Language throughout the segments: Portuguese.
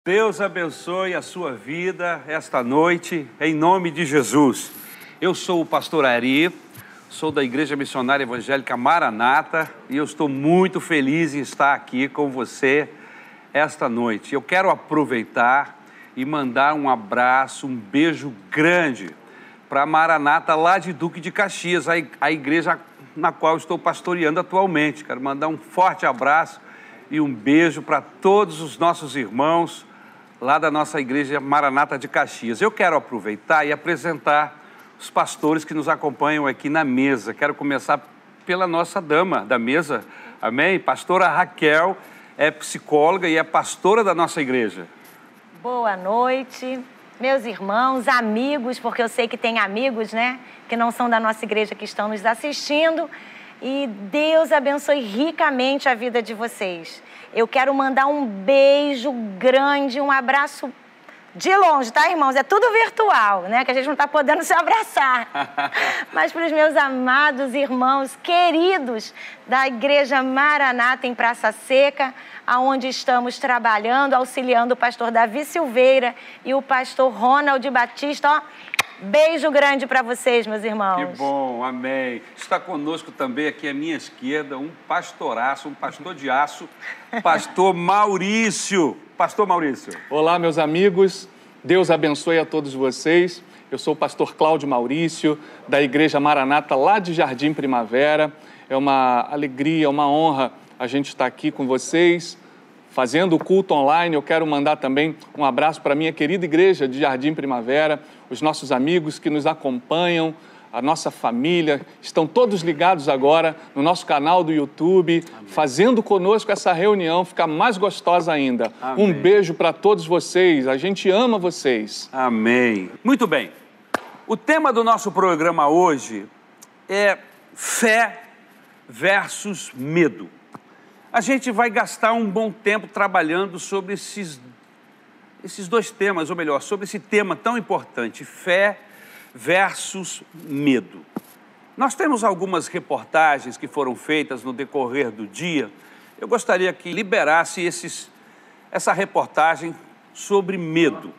Deus abençoe a sua vida esta noite, em nome de Jesus. Eu sou o pastor Ari, sou da Igreja Missionária Evangélica Maranata e eu estou muito feliz em estar aqui com você esta noite. Eu quero aproveitar e mandar um abraço, um beijo grande para a Maranata lá de Duque de Caxias, a igreja na qual estou pastoreando atualmente. Quero mandar um forte abraço e um beijo para todos os nossos irmãos lá da nossa igreja Maranata de Caxias. Eu quero aproveitar e apresentar os pastores que nos acompanham aqui na mesa. Quero começar pela nossa dama da mesa, amém? Pastora Raquel é psicóloga e é pastora da nossa igreja. Boa noite, meus irmãos, amigos, porque eu sei que tem amigos, né, que não são da nossa igreja que estão nos assistindo. E Deus abençoe ricamente a vida de vocês. Eu quero mandar um beijo grande, um abraço de longe, tá, irmãos? É tudo virtual, né? Que a gente não está podendo se abraçar. Mas para os meus amados irmãos, queridos da Igreja Maranata em Praça Seca, aonde estamos trabalhando, auxiliando o pastor Davi Silveira e o pastor Ronald Batista, ó. Beijo grande para vocês, meus irmãos. Que bom, amém. Está conosco também aqui à minha esquerda um pastoraço, um pastor de aço, pastor Maurício. Pastor Maurício. Olá, meus amigos. Deus abençoe a todos vocês. Eu sou o pastor Cláudio Maurício, da Igreja Maranata, lá de Jardim Primavera. É uma alegria, uma honra a gente estar aqui com vocês, fazendo o culto online. Eu quero mandar também um abraço para a minha querida igreja de Jardim Primavera, os nossos amigos que nos acompanham, a nossa família, estão todos ligados agora no nosso canal do YouTube, amém, fazendo conosco essa reunião ficar mais gostosa ainda. Amém. Um beijo para todos vocês, a gente ama vocês. Amém. Muito bem, o tema do nosso programa hoje é fé versus medo. A gente vai gastar um bom tempo trabalhando sobre esses dois temas, ou melhor, sobre esse tema tão importante, fé versus medo. Nós temos algumas reportagens que foram feitas no decorrer do dia. Eu gostaria que liberasse essa reportagem sobre medo.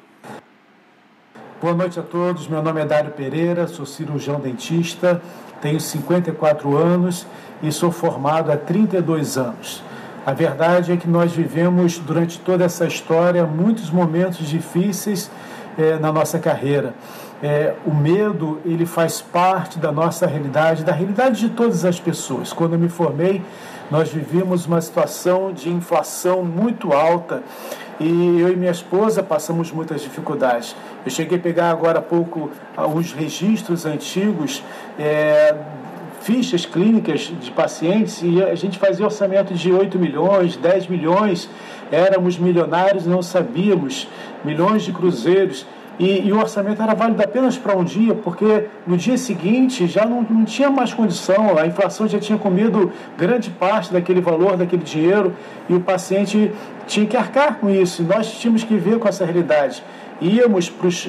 Boa noite a todos, meu nome é Dário Pereira, sou cirurgião dentista, tenho 54 anos e sou formado há 32 anos. A verdade é que nós vivemos durante toda essa história muitos momentos difíceis na nossa carreira. O medo, ele faz parte da nossa realidade, da realidade de todas as pessoas. Quando eu me formei, nós vivíamos uma situação de inflação muito alta e eu e minha esposa passamos muitas dificuldades. Eu cheguei a pegar agora há pouco os registros antigos, fichas clínicas de pacientes, e a gente fazia orçamento de 8 milhões, 10 milhões, éramos milionários e não sabíamos, milhões de cruzeiros, e o orçamento era válido apenas para um dia, porque no dia seguinte já não tinha mais condição, a inflação já tinha comido grande parte daquele valor, daquele dinheiro, e o paciente tinha que arcar com isso, e nós tínhamos que ver com essa realidade. Íamos para os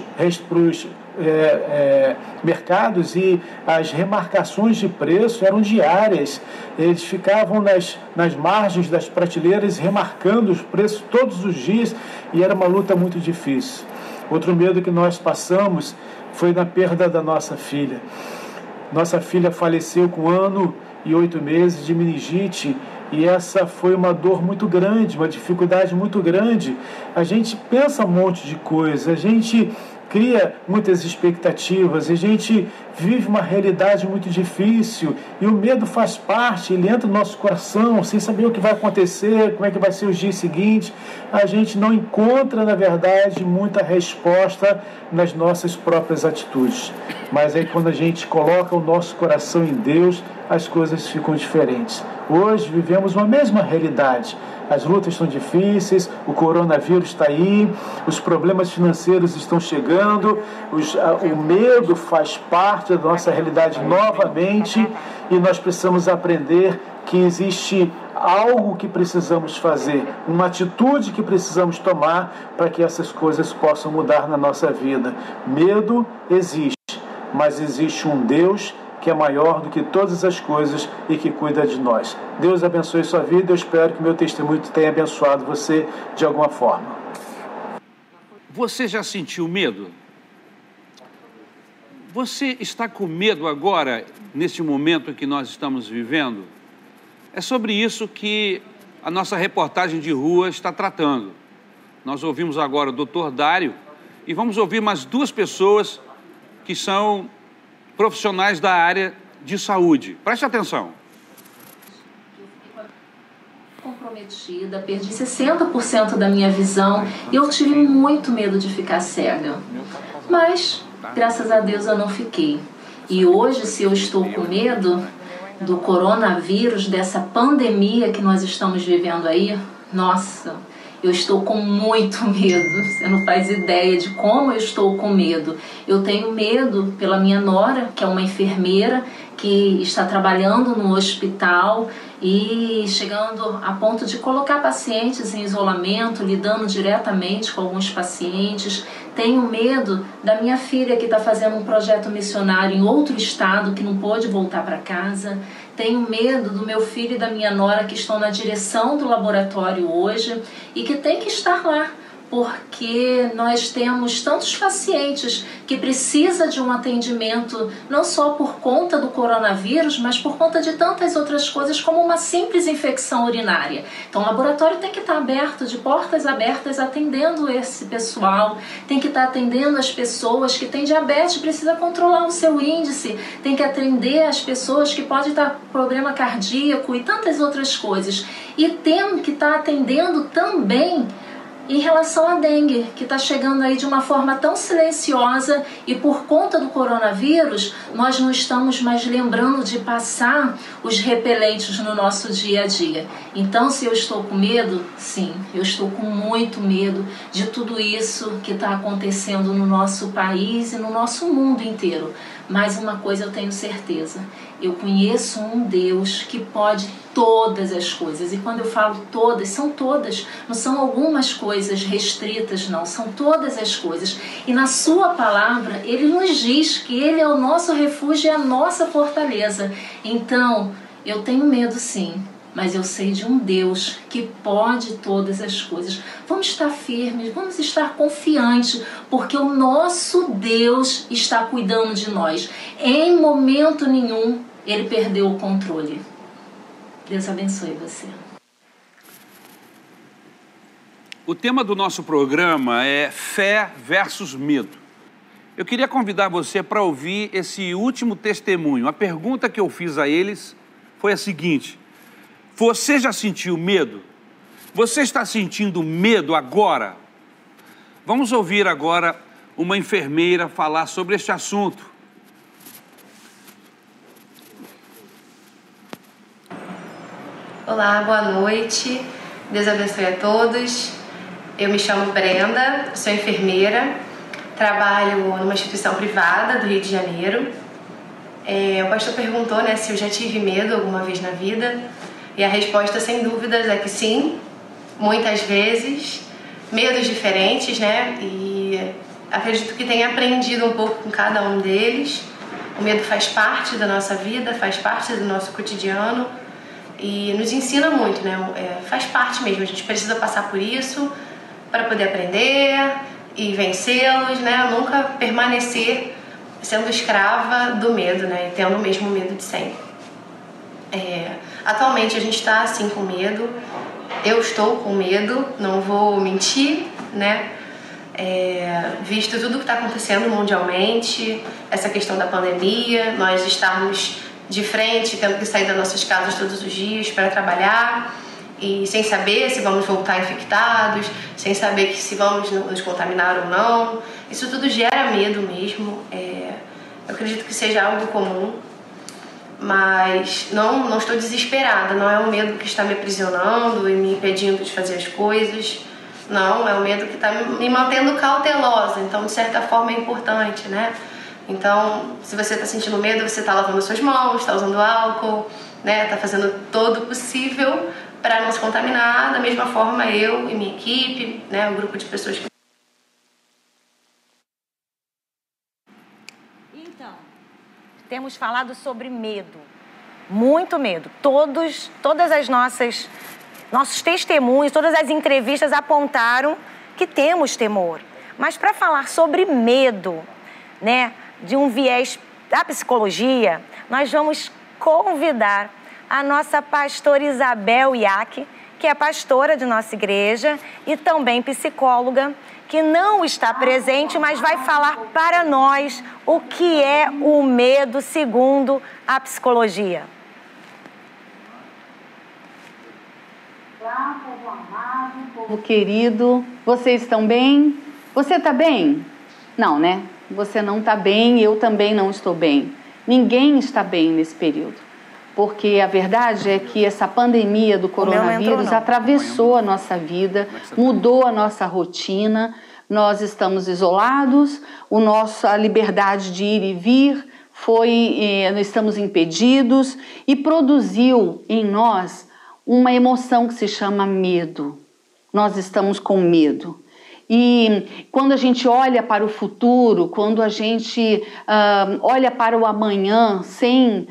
mercados e as remarcações de preço eram diárias, eles ficavam nas margens das prateleiras remarcando os preços todos os dias e era uma luta muito difícil. Outro medo que nós passamos foi na perda da nossa filha. Nossa filha faleceu com 1 ano e 8 meses de meningite e essa foi uma dor muito grande, uma dificuldade muito grande. A gente pensa um monte de coisa, a gente cria muitas expectativas, a gente vive uma realidade muito difícil e o medo faz parte, ele entra no nosso coração sem saber o que vai acontecer, como é que vai ser os dias seguintes. A gente não encontra, na verdade, muita resposta nas nossas próprias atitudes. Mas aí quando a gente coloca o nosso coração em Deus, as coisas ficam diferentes. Hoje vivemos uma mesma realidade. As lutas estão difíceis, o coronavírus está aí, os problemas financeiros estão chegando, o medo faz parte da nossa realidade novamente e nós precisamos aprender que existe algo que precisamos fazer, uma atitude que precisamos tomar para que essas coisas possam mudar na nossa vida. Medo existe, mas existe um Deus que é maior do que todas as coisas e que cuida de nós. Deus abençoe sua vida, eu espero que meu testemunho tenha abençoado você de alguma forma. Você já sentiu medo? Você está com medo agora, neste momento que nós estamos vivendo? É sobre isso que a nossa reportagem de rua está tratando. Nós ouvimos agora o Dr. Dário e vamos ouvir mais duas pessoas que são profissionais da área de saúde. Preste atenção. Comprometida, perdi 60% da minha visão e eu tive muito medo de ficar cega. Mas, graças a Deus, eu não fiquei. E hoje, se eu estou com medo do coronavírus, dessa pandemia que nós estamos vivendo aí, nossa, eu estou com muito medo. Você não faz ideia de como eu estou com medo. Eu tenho medo pela minha nora, que é uma enfermeira, que está trabalhando no hospital e chegando a ponto de colocar pacientes em isolamento, lidando diretamente com alguns pacientes. Tenho medo da minha filha que está fazendo um projeto missionário em outro estado, que não pôde voltar para casa. Tenho medo do meu filho e da minha nora que estão na direção do laboratório hoje e que tem que estar lá, porque nós temos tantos pacientes que precisam de um atendimento, não só por conta do coronavírus, mas por conta de tantas outras coisas, como uma simples infecção urinária. Então o laboratório tem que estar aberto, de portas abertas, atendendo esse pessoal, tem que estar atendendo as pessoas que têm diabetes, precisa controlar o seu índice, tem que atender as pessoas que podem estar com problema cardíaco e tantas outras coisas. E tem que estar atendendo também em relação à dengue, que está chegando aí de uma forma tão silenciosa e por conta do coronavírus, nós não estamos mais lembrando de passar os repelentes no nosso dia a dia. Então, se eu estou com medo, sim, eu estou com muito medo de tudo isso que está acontecendo no nosso país e no nosso mundo inteiro. Mas uma coisa eu tenho certeza, eu conheço um Deus que pode todas as coisas. E quando eu falo todas, são todas. Não são algumas coisas restritas, não. São todas as coisas. E na sua palavra, Ele nos diz que Ele é o nosso refúgio e a nossa fortaleza. Então, eu tenho medo sim, mas eu sei de um Deus que pode todas as coisas. Vamos estar firmes, vamos estar confiantes, porque o nosso Deus está cuidando de nós. Em momento nenhum, Ele perdeu o controle. Deus abençoe você. O tema do nosso programa é fé versus medo. Eu queria convidar você para ouvir esse último testemunho. A pergunta que eu fiz a eles foi a seguinte: você já sentiu medo? Você está sentindo medo agora? Vamos ouvir agora uma enfermeira falar sobre este assunto. Olá, boa noite. Deus abençoe a todos. Eu me chamo Brenda, sou enfermeira, trabalho numa instituição privada do Rio de Janeiro. O pastor perguntou, se eu já tive medo alguma vez na vida, e a resposta, sem dúvidas, é que sim, muitas vezes, medos diferentes, e acredito que tenha aprendido um pouco com cada um deles. O medo faz parte da nossa vida, faz parte do nosso cotidiano e nos ensina muito, faz parte mesmo, a gente precisa passar por isso para poder aprender e vencê-los, nunca permanecer sendo escrava do medo, e tendo o mesmo medo de sempre. Atualmente a gente está assim com medo, eu estou com medo, não vou mentir, visto tudo que está acontecendo mundialmente, essa questão da pandemia, nós estarmos de frente, tendo que sair das nossas casas todos os dias para trabalhar e sem saber se vamos voltar infectados, sem saber se vamos nos contaminar ou não. Isso tudo gera medo mesmo. Eu acredito que seja algo comum, mas não estou desesperada. Não é um medo que está me aprisionando e me impedindo de fazer as coisas. Não, é um medo que está me mantendo cautelosa. Então, de certa forma, é importante, Então, se você está sentindo medo, você está lavando suas mãos, está usando álcool, está fazendo todo o possível para não se contaminar. Da mesma forma, eu e minha equipe, o grupo de pessoas que... Então, temos falado sobre medo, muito medo. Todas as nossos testemunhos, todas as entrevistas apontaram que temos temor. Mas para falar sobre medo, né, de um viés da psicologia, nós vamos convidar a nossa pastora Isabel Iac, que é pastora de nossa igreja e também psicóloga, que não está presente, mas vai falar para nós o que é o medo segundo a psicologia. Olá, povo amado, povo querido, vocês estão bem? Você está bem? Não, né? Você não está bem, eu também não estou bem. Ninguém está bem nesse período. Porque a verdade é que essa pandemia do coronavírus atravessou a nossa vida, mudou a nossa rotina, nós estamos isolados, a liberdade de ir e vir nós estamos impedidos e produziu em nós uma emoção que se chama medo. Nós estamos com medo. E quando a gente olha para o futuro, quando a gente olha para o amanhã sem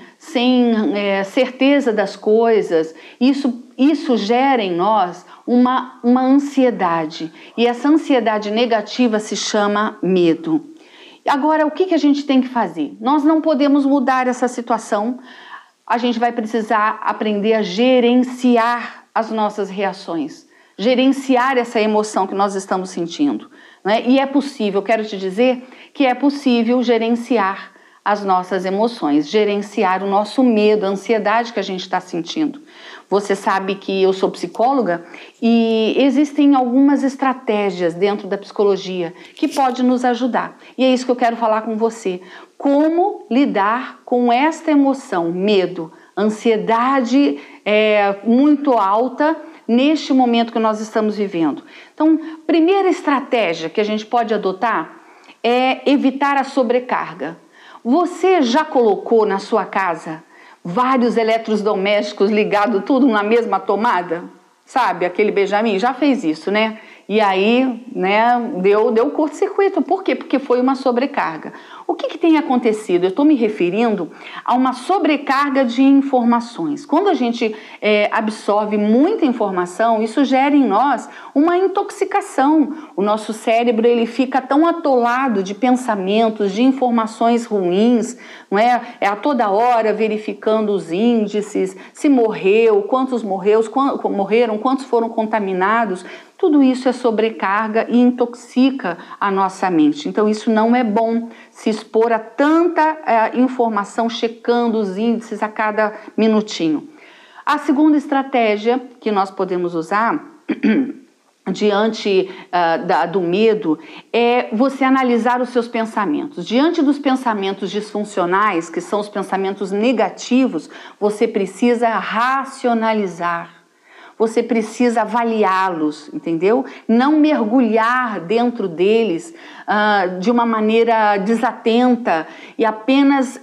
certeza das coisas, isso gera em nós uma ansiedade. E essa ansiedade negativa se chama medo. Agora, o que a gente tem que fazer? Nós não podemos mudar essa situação. A gente vai precisar aprender a gerenciar as nossas reações. Gerenciar essa emoção que nós estamos sentindo, né? E é possível, quero te dizer que é possível gerenciar as nossas emoções, gerenciar o nosso medo, a ansiedade que a gente está sentindo. Você sabe que eu sou psicóloga e existem algumas estratégias dentro da psicologia que podem nos ajudar. E é isso que eu quero falar com você. Como lidar com esta emoção, medo, ansiedade muito alta, neste momento que nós estamos vivendo. Então, primeira estratégia que a gente pode adotar é evitar a sobrecarga. Você já colocou na sua casa vários eletrodomésticos ligados tudo na mesma tomada? Sabe, aquele Benjamin já fez isso, né? E aí, né, deu curto-circuito. Por quê? Porque foi uma sobrecarga. O que tem acontecido? Eu estou me referindo a uma sobrecarga de informações. Quando a gente absorve muita informação, isso gera em nós uma intoxicação. O nosso cérebro ele fica tão atolado de pensamentos, de informações ruins, não é? É a toda hora verificando os índices, se morreu, quantos morreram, quantos foram contaminados. Tudo isso é sobrecarga e intoxica a nossa mente. Então isso não é bom, se expor a tanta informação, checando os índices a cada minutinho. A segunda estratégia que nós podemos usar diante do medo é você analisar os seus pensamentos. Diante dos pensamentos disfuncionais, que são os pensamentos negativos, você precisa racionalizar. Você precisa avaliá-los, entendeu? Não mergulhar dentro deles de uma maneira desatenta e apenas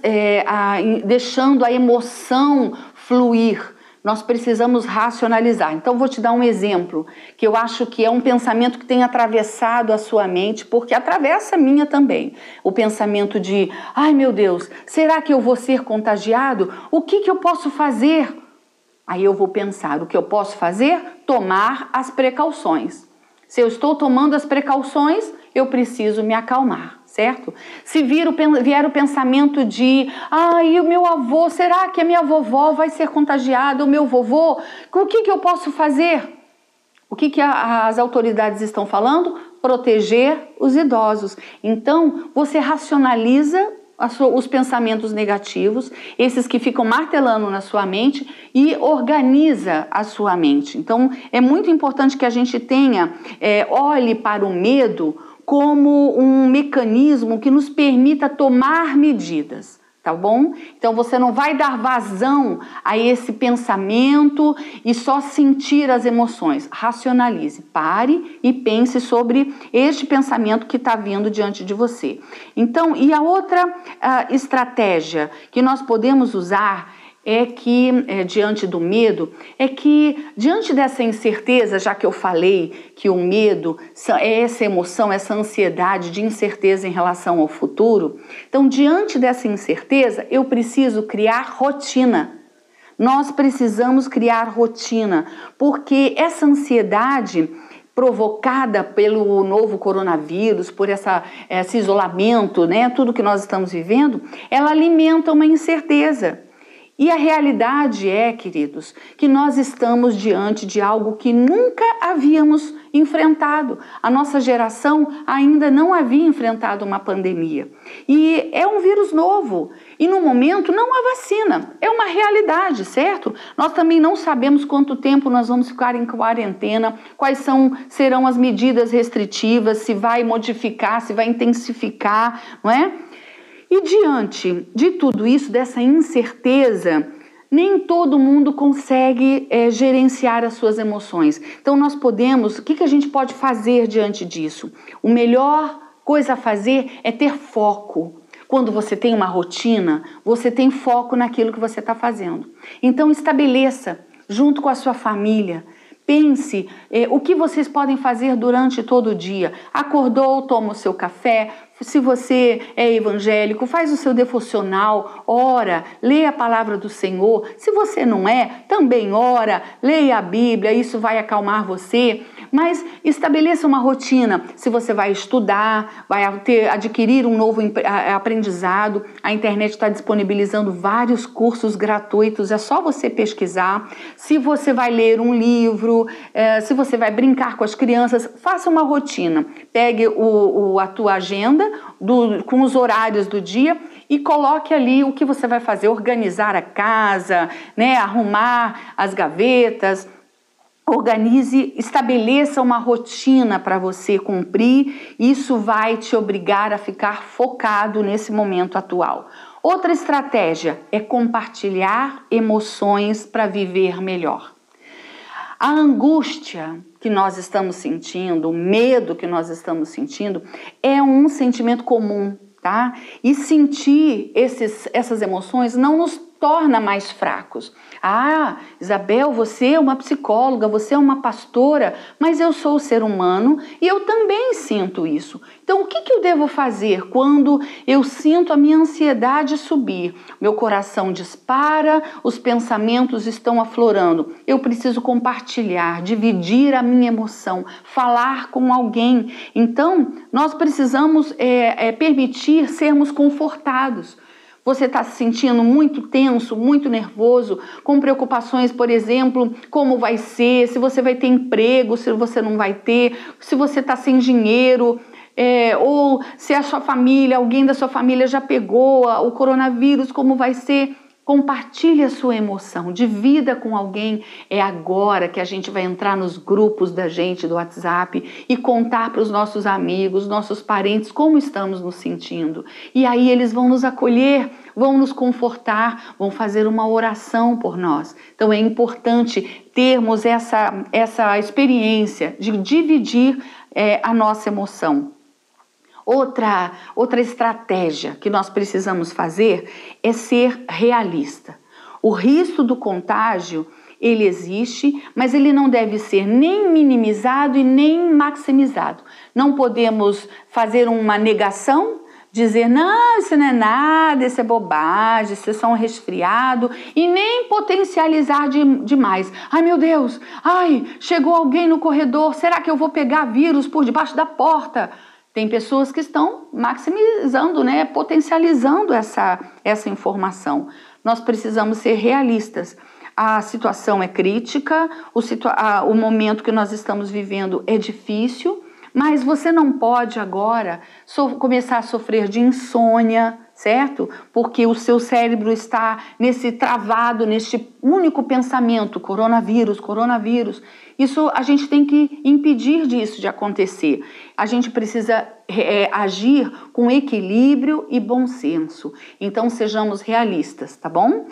deixando a emoção fluir. Nós precisamos racionalizar. Então, vou te dar um exemplo, que eu acho que é um pensamento que tem atravessado a sua mente, porque atravessa a minha também. O pensamento de, ai meu Deus, será que eu vou ser contagiado? O que eu posso fazer? Aí eu vou pensar, o que eu posso fazer? Tomar as precauções. Se eu estou tomando as precauções, eu preciso me acalmar, certo? Se vier o pensamento de, e o meu avô, será que a minha vovó vai ser contagiada? O meu vovô, o que eu posso fazer? O que as autoridades estão falando? Proteger os idosos. Então, você racionaliza os pensamentos negativos, esses que ficam martelando na sua mente, e organiza a sua mente. Então, é muito importante que a gente olhe para o medo como um mecanismo que nos permita tomar medidas. Tá bom? Então você não vai dar vazão a esse pensamento e só sentir as emoções. Racionalize, pare e pense sobre este pensamento que está vindo diante de você. Então, e a outra estratégia que nós podemos usar é que, diante do medo, é que diante dessa incerteza, já que eu falei que o medo é essa emoção, essa ansiedade de incerteza em relação ao futuro, então diante dessa incerteza eu preciso criar rotina. Nós precisamos criar rotina, porque essa ansiedade provocada pelo novo coronavírus, por esse isolamento, né, tudo que nós estamos vivendo, ela alimenta uma incerteza. E a realidade é, queridos, que nós estamos diante de algo que nunca havíamos enfrentado. A nossa geração ainda não havia enfrentado uma pandemia. E é um vírus novo. E no momento não há vacina. É uma realidade, certo? Nós também não sabemos quanto tempo nós vamos ficar em quarentena, quais serão as medidas restritivas, se vai modificar, se vai intensificar, não é? E diante de tudo isso, dessa incerteza, nem todo mundo consegue gerenciar as suas emoções. Então nós podemos, o que a gente pode fazer diante disso? A melhor coisa a fazer é ter foco. Quando você tem uma rotina, você tem foco naquilo que você está fazendo. Então estabeleça, junto com a sua família, pense o que vocês podem fazer durante todo o dia. Acordou, toma o seu café. Se você é evangélico, faz o seu devocional, ora, lê a palavra do Senhor. Se você não é, também ora, leia a Bíblia, isso vai acalmar você. Mas estabeleça uma rotina. Se você vai estudar, vai adquirir um novo aprendizado, a internet está disponibilizando vários cursos gratuitos, é só você pesquisar. Se você vai ler um livro, se você vai brincar com as crianças, faça uma rotina. Pegue a tua agenda com os horários do dia e coloque ali o que você vai fazer, organizar a casa, né, arrumar as gavetas. Organize, estabeleça uma rotina para você cumprir. Isso vai te obrigar a ficar focado nesse momento atual. Outra estratégia é compartilhar emoções para viver melhor. A angústia que nós estamos sentindo, o medo que nós estamos sentindo, é um sentimento comum, tá? E sentir essas emoções não nos torna mais fracos. Ah, Isabel, você é uma psicóloga, você é uma pastora, mas eu sou ser humano e eu também sinto isso. Então, o que eu devo fazer quando eu sinto a minha ansiedade subir? Meu coração dispara, os pensamentos estão aflorando. Eu preciso compartilhar, dividir a minha emoção, falar com alguém. Então, nós precisamos permitir sermos confortados. Você está se sentindo muito tenso, muito nervoso, com preocupações, por exemplo, como vai ser, se você vai ter emprego, se você não vai ter, se você está sem dinheiro, ou se a sua família, alguém da sua família já pegou o coronavírus, como vai ser? Compartilhe a sua emoção, divida com alguém. É agora que a gente vai entrar nos grupos da gente do WhatsApp e contar para os nossos amigos, nossos parentes, como estamos nos sentindo. E aí eles vão nos acolher, vão nos confortar, vão fazer uma oração por nós. Então é importante termos essa experiência de dividir a nossa emoção. Outra estratégia que nós precisamos fazer é ser realista. O risco do contágio, ele existe, mas ele não deve ser nem minimizado e nem maximizado. Não podemos fazer uma negação, dizer, não, isso não é nada, isso é bobagem, isso é só um resfriado, e nem potencializar demais. Ai, meu Deus, chegou alguém no corredor, será que eu vou pegar vírus por debaixo da porta? Tem pessoas que estão maximizando, né, potencializando essa informação. Nós precisamos ser realistas. A situação é crítica, o momento que nós estamos vivendo é difícil, mas você não pode agora começar a sofrer de insônia, certo? Porque o seu cérebro está travado neste único pensamento, coronavírus, coronavírus. Isso a gente tem que impedir disso de acontecer. A gente precisa agir com equilíbrio e bom senso. Então sejamos realistas, tá bom?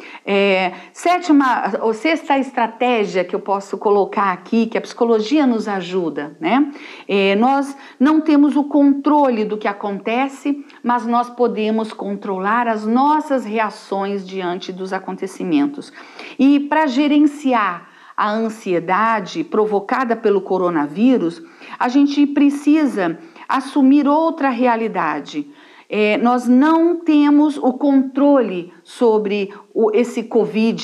Sexta estratégia que eu posso colocar aqui, que a psicologia nos ajuda, né? Nós não temos o controle do que acontece, mas nós podemos controlar as nossas reações diante dos acontecimentos. E para gerenciar a ansiedade provocada pelo coronavírus, a gente precisa assumir outra realidade. Nós não temos o controle sobre esse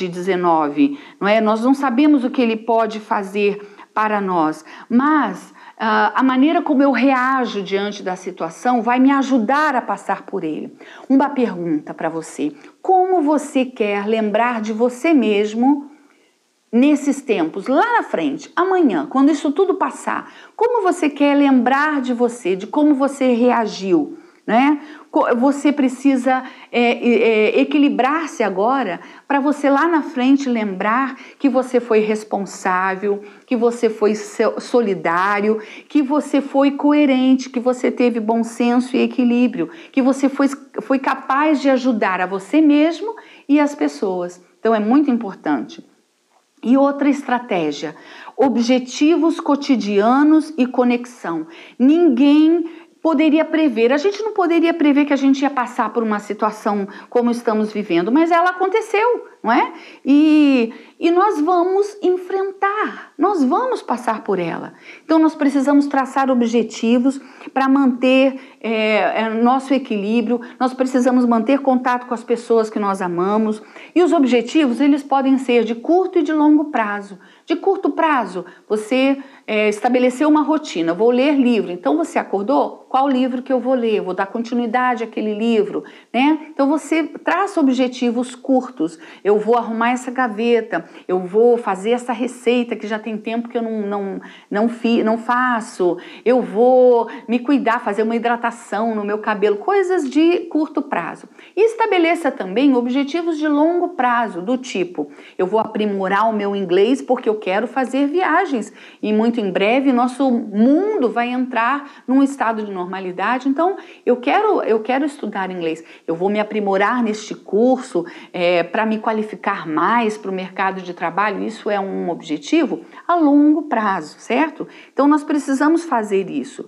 Covid-19, não é? Nós não sabemos o que ele pode fazer para nós, mas a maneira como eu reajo diante da situação vai me ajudar a passar por ele. Uma pergunta para você: como você quer lembrar de você mesmo nesses tempos, lá na frente, amanhã, quando isso tudo passar? Como você quer lembrar de você, de como você reagiu, né? Você precisa equilibrar-se agora para você lá na frente lembrar que você foi responsável, que você foi solidário, que você foi coerente, que você teve bom senso e equilíbrio, que você foi capaz de ajudar a você mesmo e as pessoas. Então é muito importante. E outra estratégia: objetivos cotidianos e conexão. Ninguém poderia prever, a gente não poderia prever que a gente ia passar por uma situação como estamos vivendo, mas ela aconteceu, não é? E nós vamos enfrentar, nós vamos passar por ela. Então nós precisamos traçar objetivos para manter nosso equilíbrio, nós precisamos manter contato com as pessoas que nós amamos. E os objetivos, eles podem ser de curto e de longo prazo. De curto prazo, você estabeleceu uma rotina: vou ler livro. Então você acordou? Qual livro que eu vou ler? Vou dar continuidade àquele livro, né? Então você traça objetivos curtos. Eu vou arrumar essa gaveta, eu vou fazer essa receita que já tem tempo que eu não faço, eu vou me cuidar, fazer uma hidratação no meu cabelo, coisas de curto prazo. E estabeleça também objetivos de longo prazo, do tipo: eu vou aprimorar o meu inglês porque eu quero fazer viagens e muito em breve nosso mundo vai entrar num estado de normalidade, então eu quero estudar inglês, eu vou me aprimorar neste curso para me qualificar mais para o mercado de trabalho. Isso é um objetivo a longo prazo, certo? Então nós precisamos fazer isso.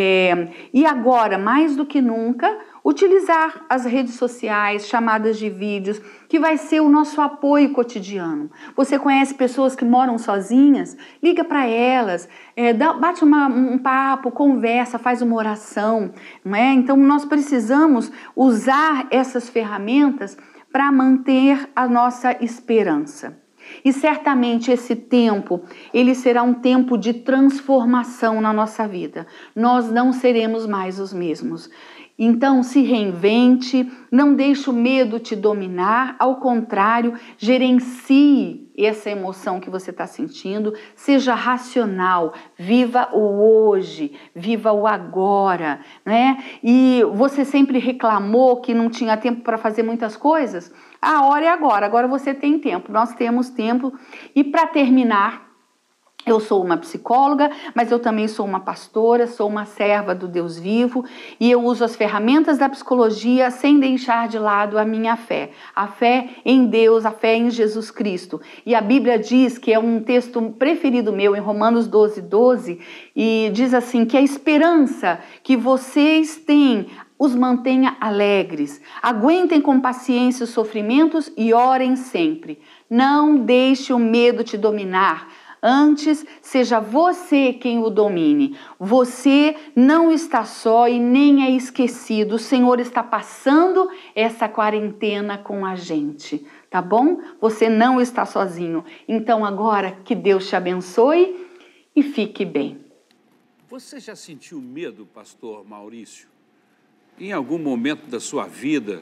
E agora, mais do que nunca, utilizar as redes sociais, chamadas de vídeos, que vai ser o nosso apoio cotidiano. Você conhece pessoas que moram sozinhas? Liga para elas, bate um papo, conversa, faz uma oração, não é? Então nós precisamos usar essas ferramentas para manter a nossa esperança. E certamente esse tempo, ele será um tempo de transformação na nossa vida. Nós não seremos mais os mesmos. Então se reinvente, não deixe o medo te dominar, ao contrário, gerencie essa emoção que você está sentindo, seja racional, viva o hoje, viva o agora, né? E você sempre reclamou que não tinha tempo para fazer muitas coisas? A hora é agora você tem tempo, nós temos tempo. E para terminar, eu sou uma psicóloga, mas eu também sou uma pastora, sou uma serva do Deus vivo e eu uso as ferramentas da psicologia sem deixar de lado a minha fé. A fé em Deus, a fé em Jesus Cristo. E a Bíblia diz, que é um texto preferido meu, em Romanos 12:12, e diz assim, que a esperança que vocês têm os mantenha alegres. Aguentem com paciência os sofrimentos e orem sempre. Não deixe o medo te dominar. Antes, seja você quem o domine. Você não está só e nem é esquecido. O Senhor está passando essa quarentena com a gente, tá bom? Você não está sozinho. Então agora, que Deus te abençoe e fique bem. Você já sentiu medo, pastor Maurício? Em algum momento da sua vida,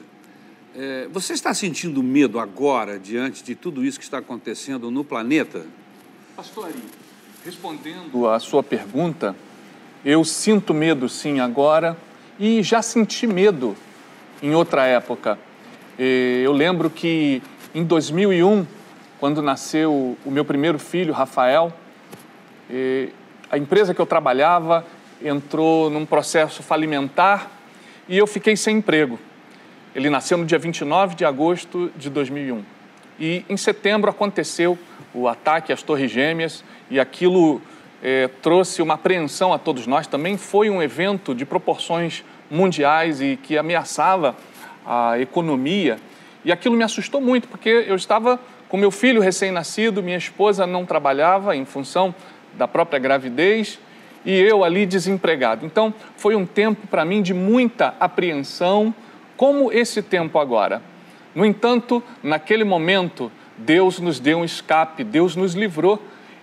você está sentindo medo agora, diante de tudo isso que está acontecendo no planeta? Pastor Ari, respondendo à sua pergunta, eu sinto medo sim agora e já senti medo em outra época. Eu lembro que em 2001, quando nasceu o meu primeiro filho, Rafael, a empresa que eu trabalhava entrou num processo falimentar e eu fiquei sem emprego. Ele nasceu no dia 29 de agosto de 2001. E em setembro aconteceu o ataque às Torres Gêmeas e aquilo trouxe uma apreensão a todos nós. Também foi um evento de proporções mundiais e que ameaçava a economia. E aquilo me assustou muito, porque eu estava com meu filho recém-nascido, minha esposa não trabalhava em função da própria gravidez e eu ali desempregado. Então foi um tempo para mim de muita apreensão, como esse tempo agora. No entanto, naquele momento, Deus nos deu um escape, Deus nos livrou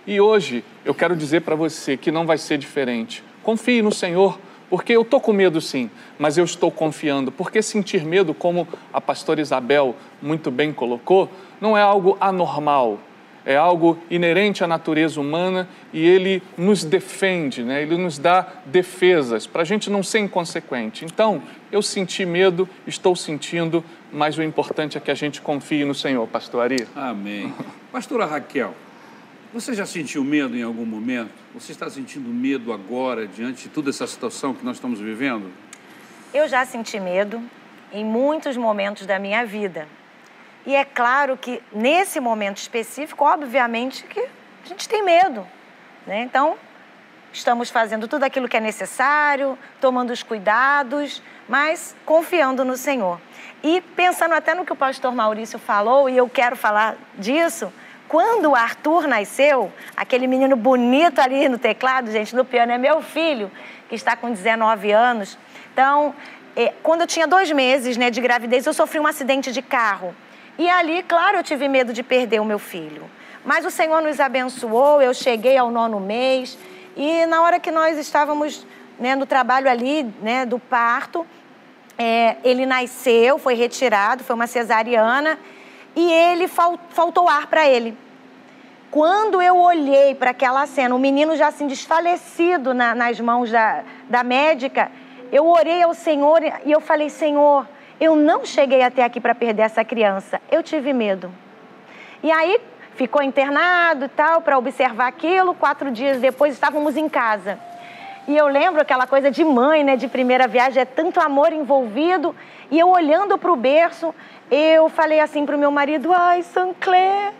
E hoje eu quero dizer para você que não vai ser diferente. Confie no Senhor, porque eu estou com medo sim, mas eu estou confiando. Porque sentir medo, como a pastora Isabel muito bem colocou, não é algo anormal. É algo inerente à natureza humana e ele nos defende, né? Ele nos dá defesas para a gente não ser inconsequente. Então, eu senti medo, estou sentindo, mas o importante é que a gente confie no Senhor, pastor Ari. Amém. Pastora Raquel, você já sentiu medo em algum momento? Você está sentindo medo agora, diante de toda essa situação que nós estamos vivendo? Eu já senti medo em muitos momentos da minha vida. E é claro que, nesse momento específico, obviamente que a gente tem medo, né? Então, estamos fazendo tudo aquilo que é necessário, tomando os cuidados, mas confiando no Senhor. E pensando até no que o pastor Maurício falou, e eu quero falar disso, quando o Arthur nasceu, aquele menino bonito ali no teclado, gente, no piano, é meu filho, que está com 19 anos. Então, quando eu tinha 2 meses, né, de gravidez, eu sofri um acidente de carro. E ali, claro, eu tive medo de perder o meu filho. Mas o Senhor nos abençoou, eu cheguei ao 9º mês. E na hora que nós estávamos, né, no trabalho ali, né, do parto, ele nasceu, foi retirado, foi uma cesariana. E ele faltou ar para ele. Quando eu olhei para aquela cena, o menino já assim desfalecido nas mãos da médica, eu orei ao Senhor e eu falei, Senhor, eu não cheguei até aqui para perder essa criança. Eu tive medo. E aí, ficou internado e tal, para observar aquilo. 4 dias depois, estávamos em casa. E eu lembro aquela coisa de mãe, né, de primeira viagem, é tanto amor envolvido. E eu olhando para o berço, eu falei assim para o meu marido, ai, Sancler,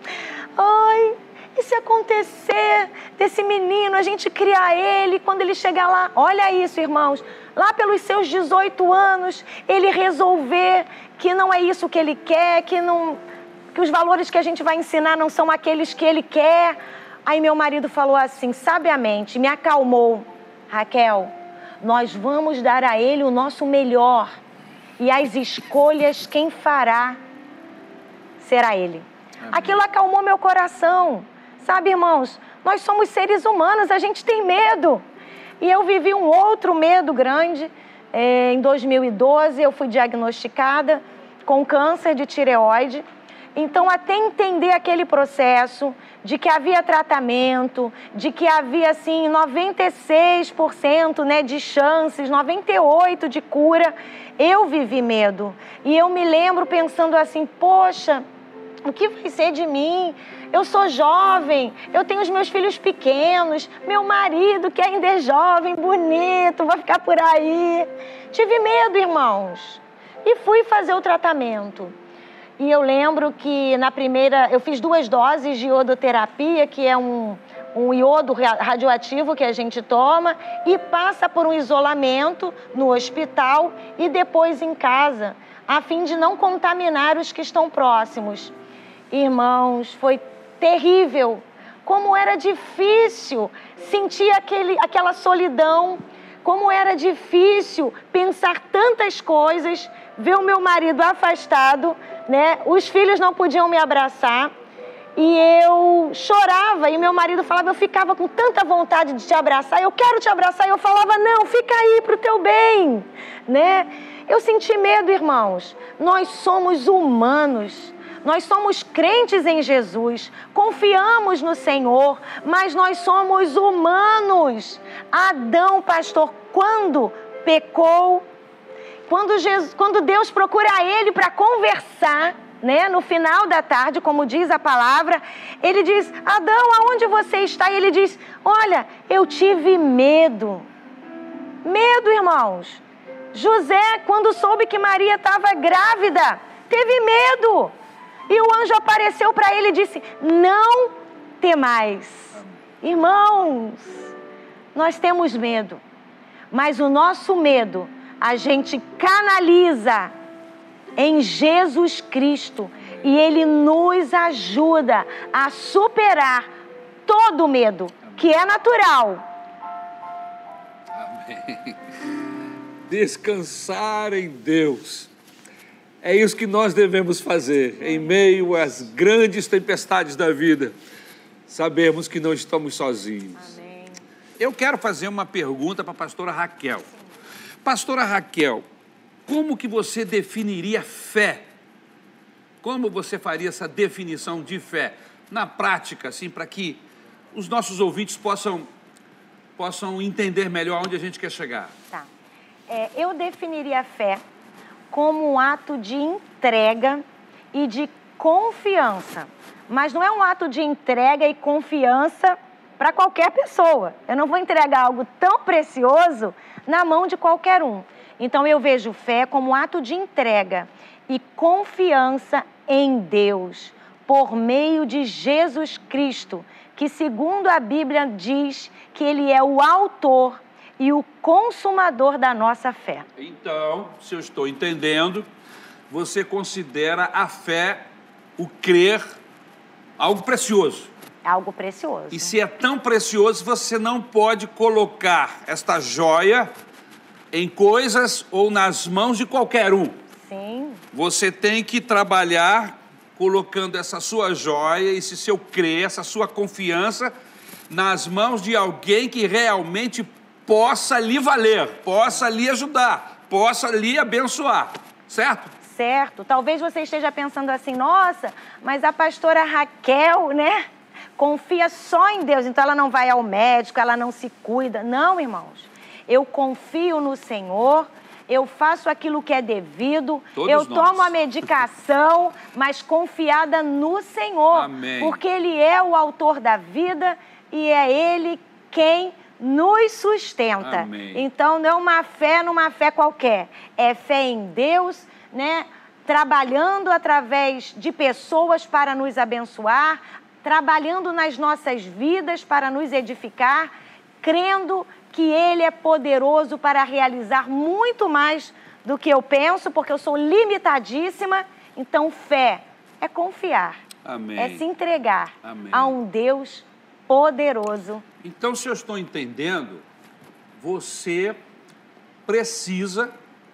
ai, e se acontecer desse menino, a gente criar ele, quando ele chegar lá, olha isso, irmãos, lá pelos seus 18 anos, ele resolver que não é isso que ele quer, que os valores que a gente vai ensinar não são aqueles que ele quer. Aí meu marido falou assim, sabiamente, me acalmou, Raquel, nós vamos dar a ele o nosso melhor e as escolhas quem fará será ele. Amém. Aquilo acalmou meu coração. Sabe, irmãos, nós somos seres humanos, a gente tem medo. E eu vivi um outro medo grande. Em 2012, eu fui diagnosticada com câncer de tireoide. Então, até entender aquele processo de que havia tratamento, de que havia, assim, 96%, né, de chances, 98% de cura, eu vivi medo. E eu me lembro pensando assim, poxa, o que vai ser de mim? Eu sou jovem, eu tenho os meus filhos pequenos, meu marido que ainda é jovem, bonito, vai ficar por aí. Tive medo, irmãos, e fui fazer o tratamento. E eu lembro que na primeira, eu fiz 2 doses de iodoterapia, que é um iodo radioativo que a gente toma e passa por um isolamento no hospital e depois em casa, a fim de não contaminar os que estão próximos. Irmãos, foi terrível. Como era difícil sentir aquela solidão, como era difícil pensar tantas coisas, ver o meu marido afastado, né? Os filhos não podiam me abraçar e eu chorava e meu marido falava, eu ficava com tanta vontade de te abraçar, eu quero te abraçar, e eu falava, não, fica aí pro teu bem, né? Eu senti medo, irmãos. Nós somos humanos. Nós somos crentes em Jesus, confiamos no Senhor, mas nós somos humanos. Adão, pastor, quando pecou, quando Deus procura ele para conversar, né, no final da tarde, como diz a palavra, ele diz, Adão, aonde você está? E ele diz, olha, eu tive medo. Medo, irmãos. José, quando soube que Maria estava grávida, teve medo. E o anjo apareceu para ele e disse, não temais. Irmãos, nós temos medo, mas o nosso medo a gente canaliza em Jesus Cristo e Ele nos ajuda a superar todo medo, que é natural. Amém. Descansar em Deus. É isso que nós devemos fazer em meio às grandes tempestades da vida. sabemos que não estamos sozinhos. Amém. Eu quero fazer uma pergunta para a pastora Raquel. Pastora Raquel, como que você definiria fé? Como você faria essa definição de fé? Na prática, assim, para que os nossos ouvintes possam entender melhor onde a gente quer chegar. Tá. Eu definiria a fé como um ato de entrega e de confiança. Mas não é um ato de entrega e confiança para qualquer pessoa. Eu não vou entregar algo tão precioso na mão de qualquer um. Então eu vejo fé como um ato de entrega e confiança em Deus, por meio de Jesus Cristo, que segundo a Bíblia diz que Ele é o autor e o consumador da nossa fé. Então, se eu estou entendendo, você considera a fé, o crer, algo precioso. É algo precioso. E se é tão precioso, você não pode colocar esta joia em coisas ou nas mãos de qualquer um. Sim. Você tem que trabalhar colocando essa sua joia, esse seu crer, essa sua confiança nas mãos de alguém que realmente possa lhe valer, possa lhe ajudar, possa lhe abençoar, certo? Certo. Talvez você esteja pensando assim, nossa, mas a pastora Raquel, né, confia só em Deus, então ela não vai ao médico, ela não se cuida. Não, irmãos. Eu confio no Senhor, eu faço aquilo que é devido, eu tomo a medicação, mas confiada no Senhor. Amém. Porque Ele é o autor da vida e é Ele quem nos sustenta. Amém. Então, não é uma fé numa fé qualquer. É fé em Deus, né? Trabalhando através de pessoas para nos abençoar, trabalhando nas nossas vidas para nos edificar, crendo que Ele é poderoso para realizar muito mais do que eu penso, porque eu sou limitadíssima. Então, fé é confiar, Amém. é se entregar Amém. a um Deus poderoso. Então, se eu estou entendendo, você precisa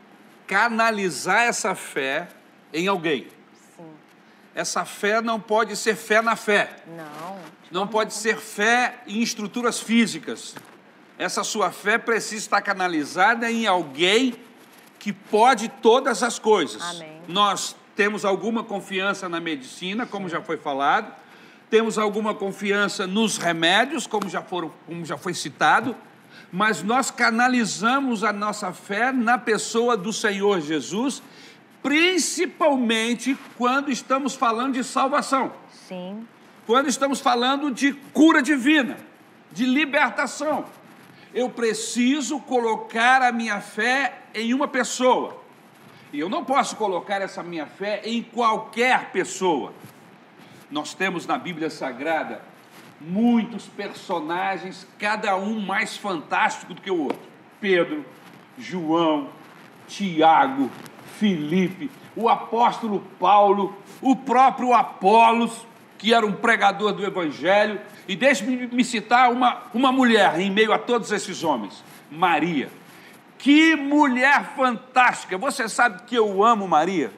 canalizar essa fé em alguém. Sim. Essa fé não pode ser fé na fé. Não pode ser fé em estruturas físicas. Essa sua fé precisa estar canalizada em alguém que pode todas as coisas. Amém. Nós temos alguma confiança na medicina, como já foi falado, temos alguma confiança nos remédios, como já foi citado, mas nós canalizamos a nossa fé na pessoa do Senhor Jesus, principalmente quando estamos falando de salvação. Sim. Quando estamos falando de cura divina, de libertação. Eu preciso colocar a minha fé em uma pessoa. E eu não posso colocar essa minha fé em qualquer pessoa. Nós temos na Bíblia Sagrada muitos personagens, cada um mais fantástico do que o outro. Pedro, João, Tiago, Filipe, o apóstolo Paulo, o próprio Apolos, que era um pregador do Evangelho. E deixe-me citar uma mulher em meio a todos esses homens, Maria. Que mulher fantástica! Você sabe que eu amo Maria?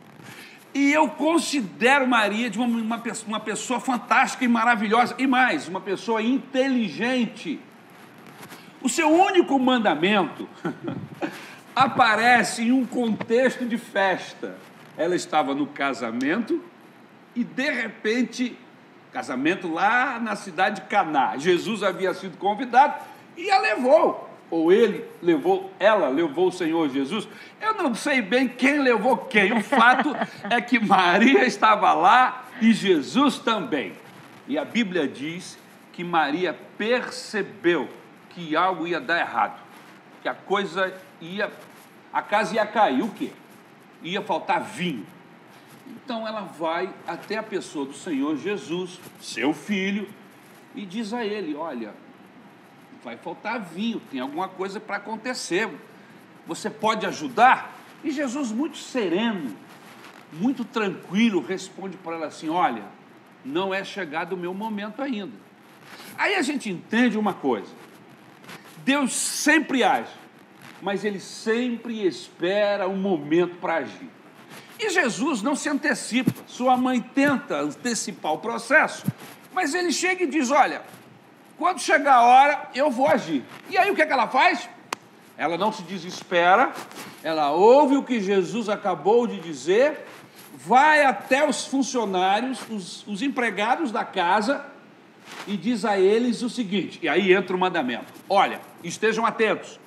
E eu considero Maria de uma pessoa fantástica e maravilhosa. E mais, uma pessoa inteligente. O seu único mandamento aparece em um contexto de festa. Ela estava no casamento e, de repente, casamento lá na cidade de Caná. Jesus havia sido convidado e a levou. Ou ela levou o Senhor Jesus. Eu não sei bem quem levou quem. O fato é que Maria estava lá e Jesus também. E a Bíblia diz que Maria percebeu que algo ia dar errado. Que a casa ia cair. O quê? Ia faltar vinho. Então ela vai até a pessoa do Senhor Jesus, seu filho, e diz a ele, olha, vai faltar vinho, tem alguma coisa para acontecer, você pode ajudar? E Jesus, muito sereno, muito tranquilo, responde para ela assim, olha, não é chegado o meu momento ainda. Aí a gente entende uma coisa, Deus sempre age, mas Ele sempre espera um momento para agir. E Jesus não se antecipa, sua mãe tenta antecipar o processo, Mas ele chega e diz, olha, quando chegar a hora, eu vou agir. E aí o que é que ela faz? Ela não se desespera, ela ouve o que Jesus acabou de dizer, vai até os funcionários, os empregados da casa, e diz a eles o seguinte, e aí entra o mandamento, olha, estejam atentos,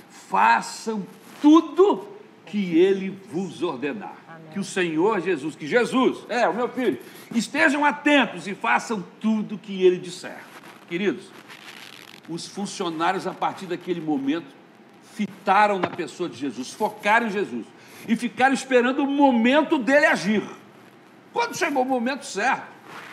façam tudo que ele vos ordenar. Amém. Que o Senhor Jesus, que Jesus, o meu filho, estejam atentos e façam tudo que ele disser. Queridos, os funcionários, a partir daquele momento, fitaram na pessoa de Jesus, focaram em Jesus e ficaram esperando o momento dele agir. Quando chegou o momento certo,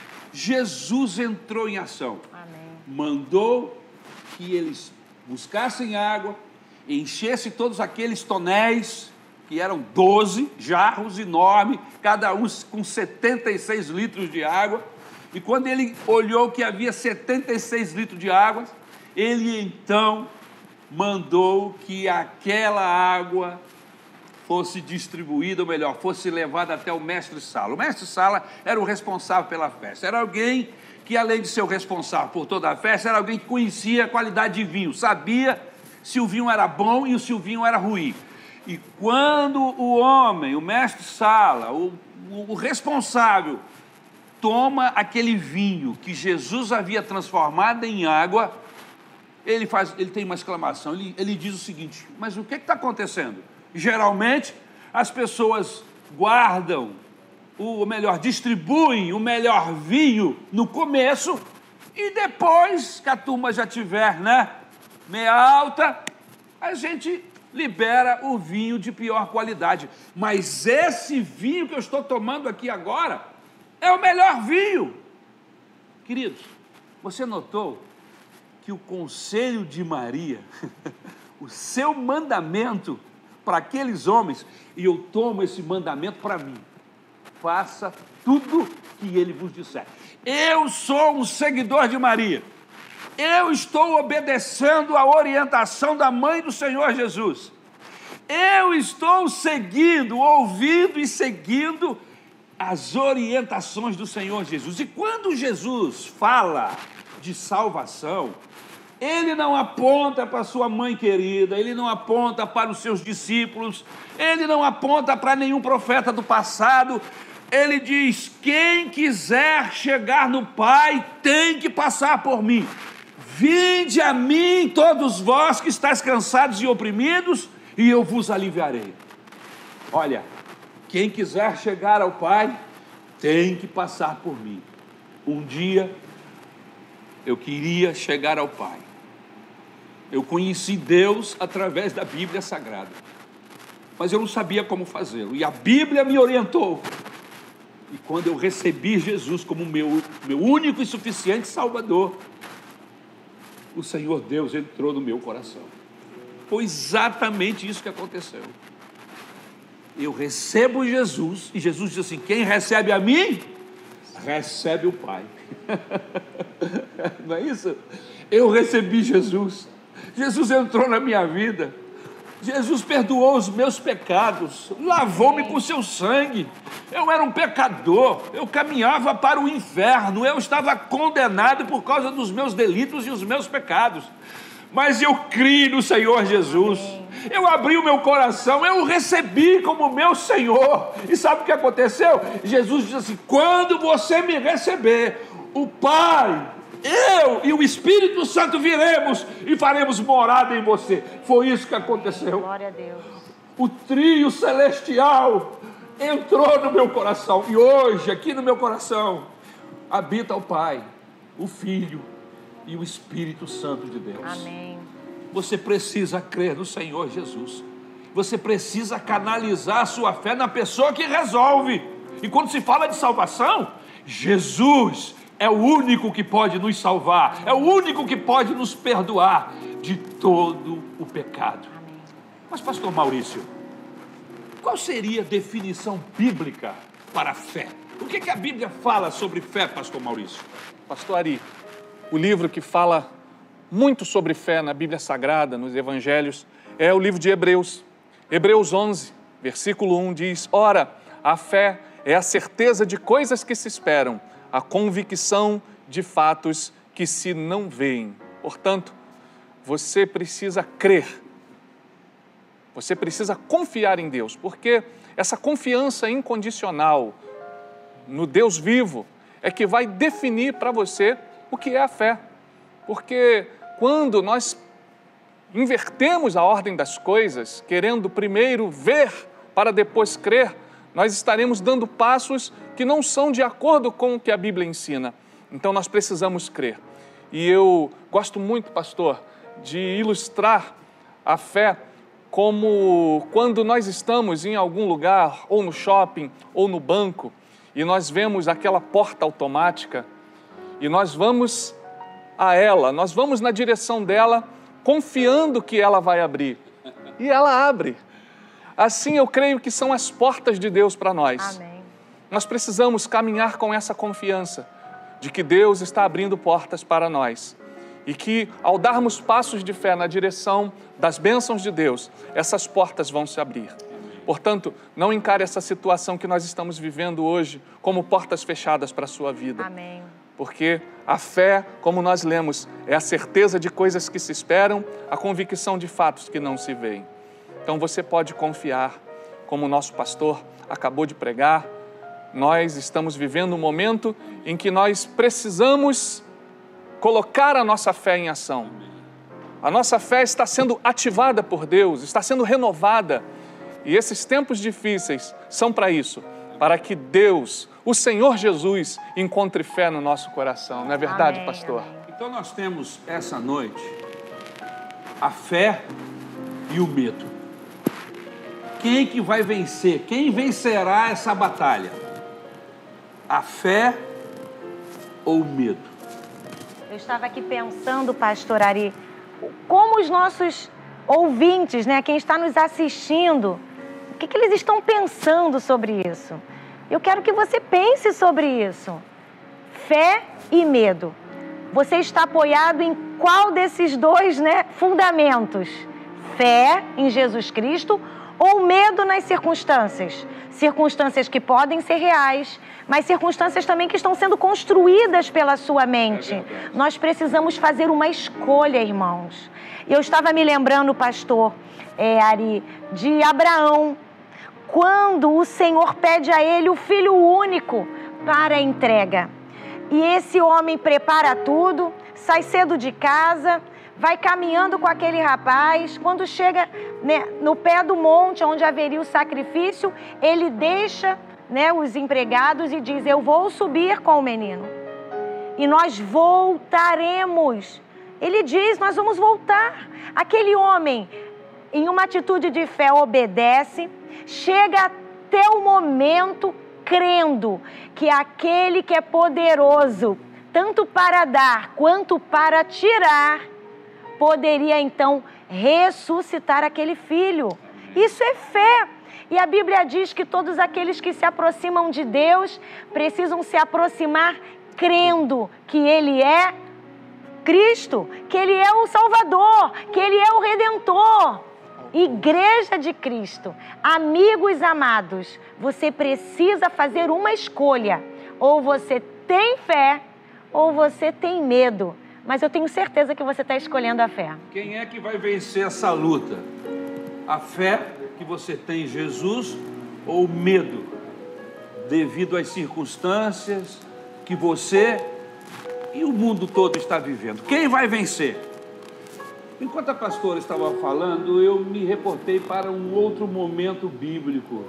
Jesus entrou em ação. Amém. Mandou que eles buscassem água, enchessem todos aqueles tonéis, que eram 12 jarros enormes, cada um com 76 litros de água. E quando ele olhou que havia 76 litros de água, ele então mandou que aquela água fosse distribuída, ou melhor, fosse levada até o mestre-sala. O mestre-sala era o responsável pela festa. Era alguém que, além de ser o responsável por toda a festa, era alguém que conhecia a qualidade de vinho, sabia se o vinho era bom e se o vinho era ruim. E quando o homem, o mestre-sala, o responsável, toma aquele vinho que Jesus havia transformado em água, ele tem uma exclamação, ele diz o seguinte, mas o que está acontecendo? Geralmente, as pessoas guardam, ou melhor, distribuem o melhor vinho no começo, e depois que a turma já tiver, meia alta, a gente libera o vinho de pior qualidade. Mas esse vinho que eu estou tomando aqui agora é o melhor vinho. Queridos, você notou que o conselho de Maria, o seu mandamento para aqueles homens, e eu tomo esse mandamento para mim, faça tudo que ele vos disser. Eu sou um seguidor de Maria. Eu estou obedecendo a orientação da mãe do Senhor Jesus. Eu estou seguindo, ouvindo e seguindo as orientações do Senhor Jesus. E quando Jesus fala de salvação, ele não aponta para sua mãe querida, ele não aponta para os seus discípulos, ele não aponta para nenhum profeta do passado. Ele diz, quem quiser chegar no Pai tem que passar por mim. Vinde a mim, todos vós que estáis cansados e oprimidos, e eu vos aliviarei. Olha, quem quiser chegar ao Pai, tem que passar por mim. Um dia, eu queria chegar ao Pai. Eu conheci Deus através da Bíblia Sagrada, mas eu não sabia como fazê-lo, e a Bíblia me orientou. E quando eu recebi Jesus como meu único e suficiente Salvador, o Senhor Deus entrou no meu coração. Foi exatamente isso que aconteceu. Eu recebo Jesus, e Jesus diz assim, quem recebe a mim, recebe o Pai. Não é isso? Eu recebi Jesus. Jesus entrou na minha vida. Jesus perdoou os meus pecados, lavou-me com seu sangue. Eu era um pecador, eu caminhava para o inferno, eu estava condenado por causa dos meus delitos e os meus pecados. Mas eu criei no Senhor Jesus, eu abri o meu coração, eu o recebi como meu Senhor. E sabe o que aconteceu? Jesus disse assim, quando você me receber, o Pai, eu e o Espírito Santo viremos e faremos morada em você. Foi isso que aconteceu. Glória a Deus. O trio celestial entrou no meu coração. E hoje, aqui no meu coração, habita o Pai, o Filho e o Espírito Santo de Deus. Amém. Você precisa crer no Senhor Jesus. Você precisa canalizar a sua fé na pessoa que resolve. E quando se fala de salvação, Jesus é o único que pode nos salvar, é o único que pode nos perdoar de todo o pecado. Amém. Mas, pastor Maurício, qual seria a definição bíblica para fé? O que a Bíblia fala sobre fé, pastor Maurício? Pastor Ari, o livro que fala muito sobre fé na Bíblia Sagrada, nos Evangelhos, é o livro de Hebreus. Hebreus 11, versículo 1 diz, ora, a fé é a certeza de coisas que se esperam, a convicção de fatos que se não veem. Portanto, você precisa crer. Você precisa confiar em Deus, porque essa confiança incondicional no Deus vivo é que vai definir para você o que é a fé. Porque quando nós invertemos a ordem das coisas, querendo primeiro ver para depois crer, nós estaremos dando passos que não são de acordo com o que a Bíblia ensina. Então nós precisamos crer. E eu gosto muito, pastor, de ilustrar a fé como quando nós estamos em algum lugar, ou no shopping, ou no banco, e nós vemos aquela porta automática, e nós vamos a ela, nós vamos na direção dela, confiando que ela vai abrir. E ela abre. Assim eu creio que são as portas de Deus para nós. Amém. Nós precisamos caminhar com essa confiança de que Deus está abrindo portas para nós. E que ao darmos passos de fé na direção das bênçãos de Deus, essas portas vão se abrir. Portanto, não encare essa situação que nós estamos vivendo hoje como portas fechadas para a sua vida. Amém. Porque a fé, como nós lemos, é a certeza de coisas que se esperam, a convicção de fatos que não se veem. Então você pode confiar, como o nosso pastor acabou de pregar, nós estamos vivendo um momento em que nós precisamos colocar a nossa fé em ação. A nossa fé está sendo ativada por Deus, está sendo renovada. E esses tempos difíceis são para isso, para que Deus, o Senhor Jesus, encontre fé no nosso coração. Não é verdade, Amém, pastor? amém. Então nós temos essa noite a fé e o medo. Quem que vai vencer? Quem vencerá essa batalha? A fé ou o medo? Eu estava aqui pensando, pastor Ari, como os nossos ouvintes, né, quem está nos assistindo, o que eles estão pensando sobre isso? Eu quero que você pense sobre isso. Fé e medo. Você está apoiado em qual desses dois, né, fundamentos? Fé em Jesus Cristo ou medo nas circunstâncias? Circunstâncias que podem ser reais, mas circunstâncias também que estão sendo construídas pela sua mente. Nós precisamos fazer uma escolha, irmãos. Eu estava me lembrando, pastor Ari, de Abraão, quando o Senhor pede a ele o filho único para a entrega. E esse homem prepara tudo, sai cedo de casa, vai caminhando com aquele rapaz. Quando chega, né, no pé do monte onde haveria o sacrifício, ele deixa, né, os empregados e diz: eu vou subir com o menino e nós voltaremos. Ele diz: nós vamos voltar. Aquele homem, em uma atitude de fé, obedece, chega até o momento crendo que aquele que é poderoso, tanto para dar quanto para tirar, poderia então ressuscitar aquele filho. Isso é fé. E a Bíblia diz que todos aqueles que se aproximam de Deus precisam se aproximar crendo que Ele é Cristo, que Ele é o Salvador, que Ele é o Redentor. Igreja de Cristo, amigos amados, você precisa fazer uma escolha. Ou você tem fé, ou você tem medo. Mas eu tenho certeza que você está escolhendo a fé. Quem é que vai vencer essa luta? A fé que você tem em Jesus ou o medo devido às circunstâncias que você e o mundo todo está vivendo? Quem vai vencer? Enquanto a pastora estava falando, eu me reportei para um outro momento bíblico.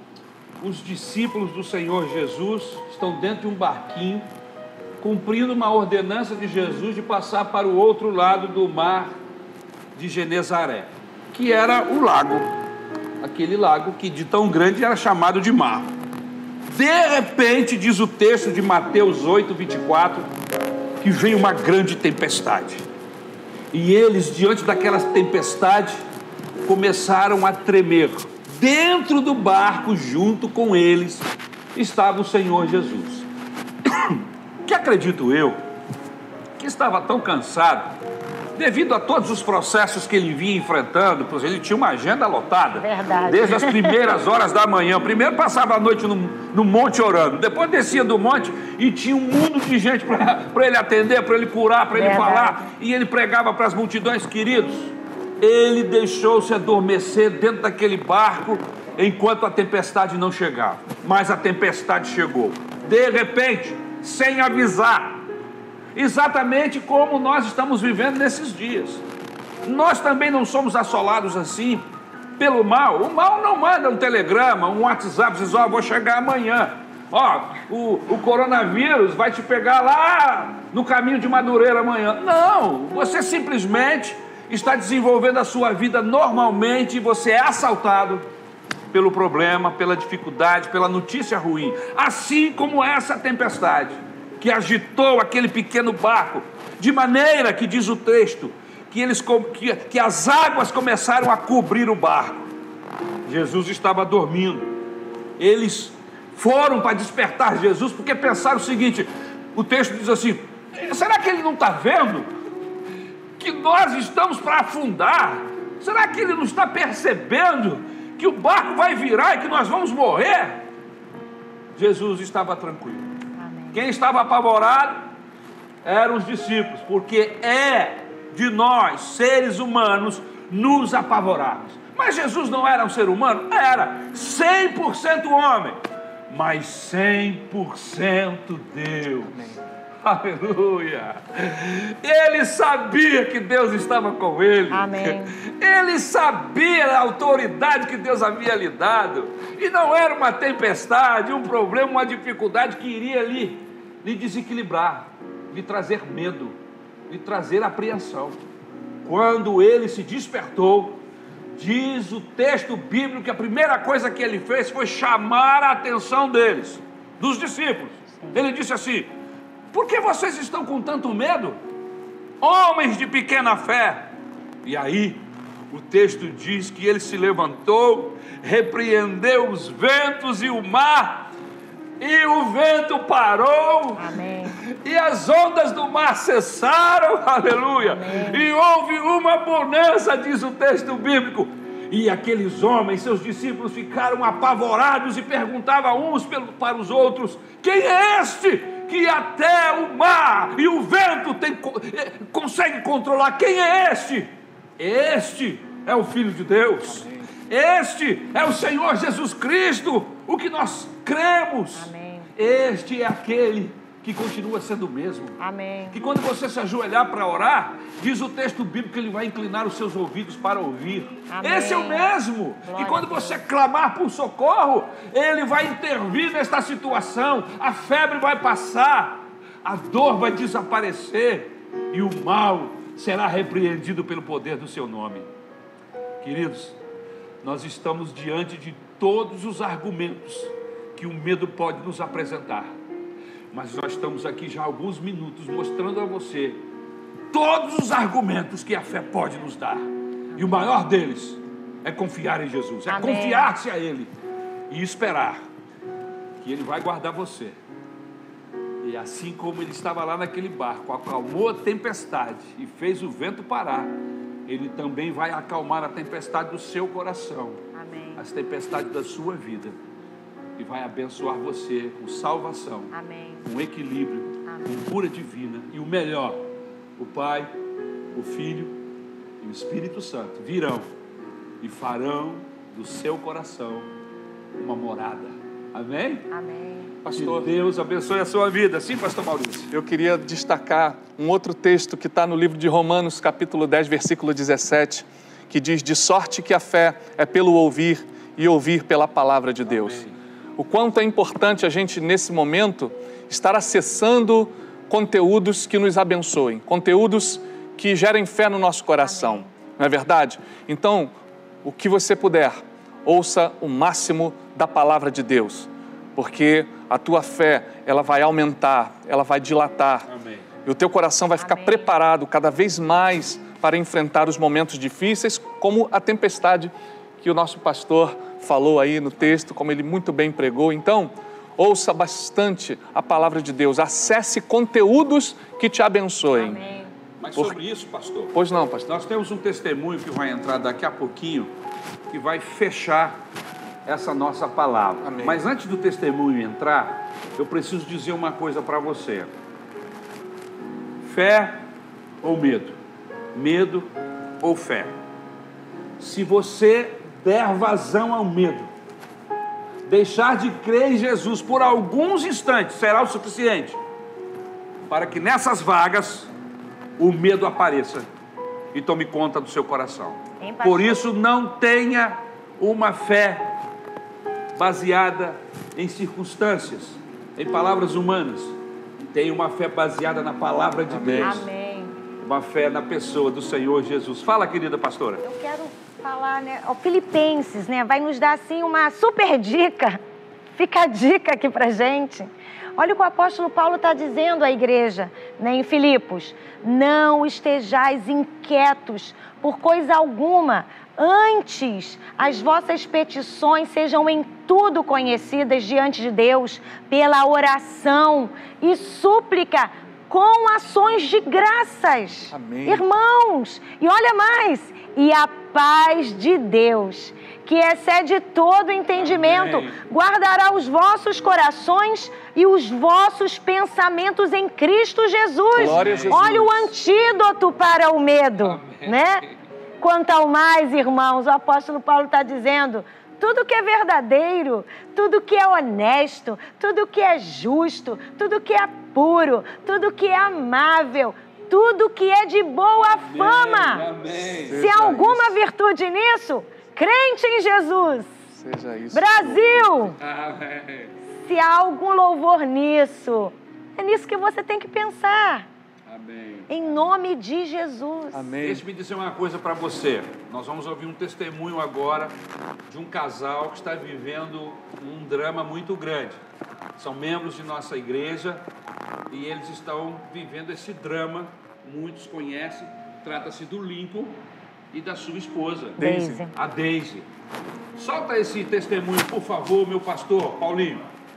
Os discípulos do Senhor Jesus estão dentro de um barquinho, cumprindo uma ordenança de Jesus de passar para o outro lado do mar de Genezaré, que era o lago, aquele lago que de tão grande era chamado de mar. De repente, diz o texto de Mateus 8, 24, que veio uma grande tempestade. E eles, diante daquela tempestade, começaram a tremer. Dentro do barco, junto com eles, estava o Senhor Jesus. Que acredito eu, que estava tão cansado devido a todos os processos que ele vinha enfrentando, pois ele tinha uma agenda lotada. Verdade. Desde as primeiras horas da manhã. Primeiro passava a noite no monte orando, depois descia do monte e tinha um mundo de gente para ele atender, para ele curar, para ele falar. E ele pregava para as multidões. Queridos, ele deixou-se adormecer dentro daquele barco enquanto a tempestade não chegava. Mas a tempestade chegou, de repente, sem avisar. Exatamente como nós estamos vivendo nesses dias. Nós também não somos assolados assim pelo mal. O mal não manda um telegrama, um WhatsApp, diz, ó, vou chegar amanhã. Ó, o coronavírus vai te pegar lá no caminho de Madureira amanhã. Não, você simplesmente está desenvolvendo a sua vida normalmente e você é assaltado pelo problema, pela dificuldade, pela notícia ruim. Assim como essa tempestade que agitou aquele pequeno barco, de maneira que, diz o texto, que as águas começaram a cobrir o barco. Jesus estava dormindo. Eles foram para despertar Jesus, porque pensaram o seguinte, o texto diz assim, será que ele não está vendo que nós estamos para afundar? Será que ele não está percebendo que o barco vai virar e que nós vamos morrer? Jesus estava tranquilo. Quem estava apavorado eram os discípulos, porque é de nós, seres humanos, nos apavorarmos. Mas Jesus não era um ser humano? Era 100% homem, mas 100% Deus. Aleluia! Ele sabia que Deus estava com ele. Amém. Ele sabia a autoridade que Deus havia lhe dado. E não era uma tempestade, um problema, uma dificuldade que iria lhe desequilibrar, lhe trazer medo, lhe trazer apreensão. Quando ele se despertou, diz o texto bíblico que a primeira coisa que ele fez foi chamar a atenção deles, dos discípulos. Ele disse assim, por que vocês estão com tanto medo? Homens de pequena fé. E aí, o texto diz que ele se levantou, repreendeu os ventos e o mar, e o vento parou. Amém. E as ondas do mar cessaram, aleluia. Amém. E houve uma bonança, diz o texto bíblico. E aqueles homens, seus discípulos, ficaram apavorados e perguntavam uns para os outros, quem é este que até o mar e o vento consegue controlar? Quem é este? Este é o Filho de Deus. Amém. Este é o Senhor Jesus Cristo, o que nós cremos. Amém. Este é aquele que continua sendo o mesmo. Amém. Que quando você se ajoelhar para orar, diz o texto bíblico que ele vai inclinar os seus ouvidos para ouvir. Amém. Esse é o mesmo. Glória. E quando você clamar por socorro, ele vai intervir nesta situação. A febre vai passar, a dor vai desaparecer e o mal será repreendido pelo poder do seu nome. Queridos, nós estamos diante de todos os argumentos que o medo pode nos apresentar. Mas nós estamos aqui já há alguns minutos mostrando a você todos os argumentos que a fé pode nos dar. E o maior deles é confiar em Jesus, é confiar-se a Ele e esperar que Ele vai guardar você. E assim como Ele estava lá naquele barco, acalmou a tempestade e fez o vento parar, Ele também vai acalmar a tempestade do seu coração, amém, as tempestades da sua vida. E vai abençoar você com salvação, amém, com equilíbrio, amém, com cura divina. E o melhor, o Pai, o Filho e o Espírito Santo virão e farão do seu coração uma morada. Amém? Amém. Pastor, que Deus abençoe a sua vida. Sim, pastor Maurício. Eu queria destacar um outro texto que está no livro de Romanos, capítulo 10, versículo 17, que diz, de sorte que a fé é pelo ouvir e ouvir pela palavra de Deus. Amém. O quanto é importante a gente, nesse momento, estar acessando conteúdos que nos abençoem, conteúdos que gerem fé no nosso coração. Amém. Não é verdade? Então, o que você puder, ouça o máximo da palavra de Deus, porque a tua fé, ela vai aumentar, ela vai dilatar. Amém. E o teu coração vai ficar, amém, preparado cada vez mais para enfrentar os momentos difíceis, como a tempestade que o nosso pastor falou aí no texto, como ele muito bem pregou. Então, ouça bastante a palavra de Deus, acesse conteúdos que te abençoem. Amém. Mas sobre isso, pastor, Pois não, pastor. nós temos um testemunho que vai entrar daqui a pouquinho, que vai fechar essa nossa palavra. Amém. Mas antes do testemunho entrar, eu preciso dizer uma coisa para você. Fé ou medo? Medo ou fé? Se você der vazão ao medo, deixar de crer em Jesus por alguns instantes, será o suficiente para que nessas vagas o medo apareça e tome conta do seu coração. Por isso, não tenha uma fé baseada em circunstâncias, em palavras humanas. Tenha uma fé baseada na palavra de Deus. Amém. Uma fé na pessoa do Senhor Jesus. Fala, querida pastora. Eu quero falar, né? O Filipenses, né? Vai nos dar, assim, uma super dica. Fica a dica aqui pra gente. Olha o que o apóstolo Paulo está dizendo à igreja, né, em Filipos. Não estejais inquietos por coisa alguma. Antes, as vossas petições sejam em tudo conhecidas diante de Deus pela oração e súplica com ações de graças. Amém. Irmãos, e olha mais, e a paz de Deus, que excede todo entendimento, Amém, guardará os vossos corações e os vossos pensamentos em Cristo Jesus. Glória a Jesus. Olha o antídoto para o medo, né? Quanto ao mais, irmãos, o apóstolo Paulo está dizendo: tudo que é verdadeiro, tudo que é honesto, tudo que é justo, tudo que é puro, tudo que é amável, tudo que é de boa fama. Amém. Se há alguma virtude nisso, crente em Jesus. Seja isso. Brasil, Amém. se há algum louvor nisso, é nisso que você tem que pensar. Amém. Em nome de Jesus. Amém. Deixa-me dizer uma coisa para você. Nós vamos ouvir um testemunho agora de um casal que está vivendo um drama muito grande. São membros de nossa igreja e eles estão vivendo esse drama. Muitos conhecem. Trata-se do Lincoln e da sua esposa, Daisy. a Daisy. Solta esse testemunho, por favor, meu pastor Paulinho.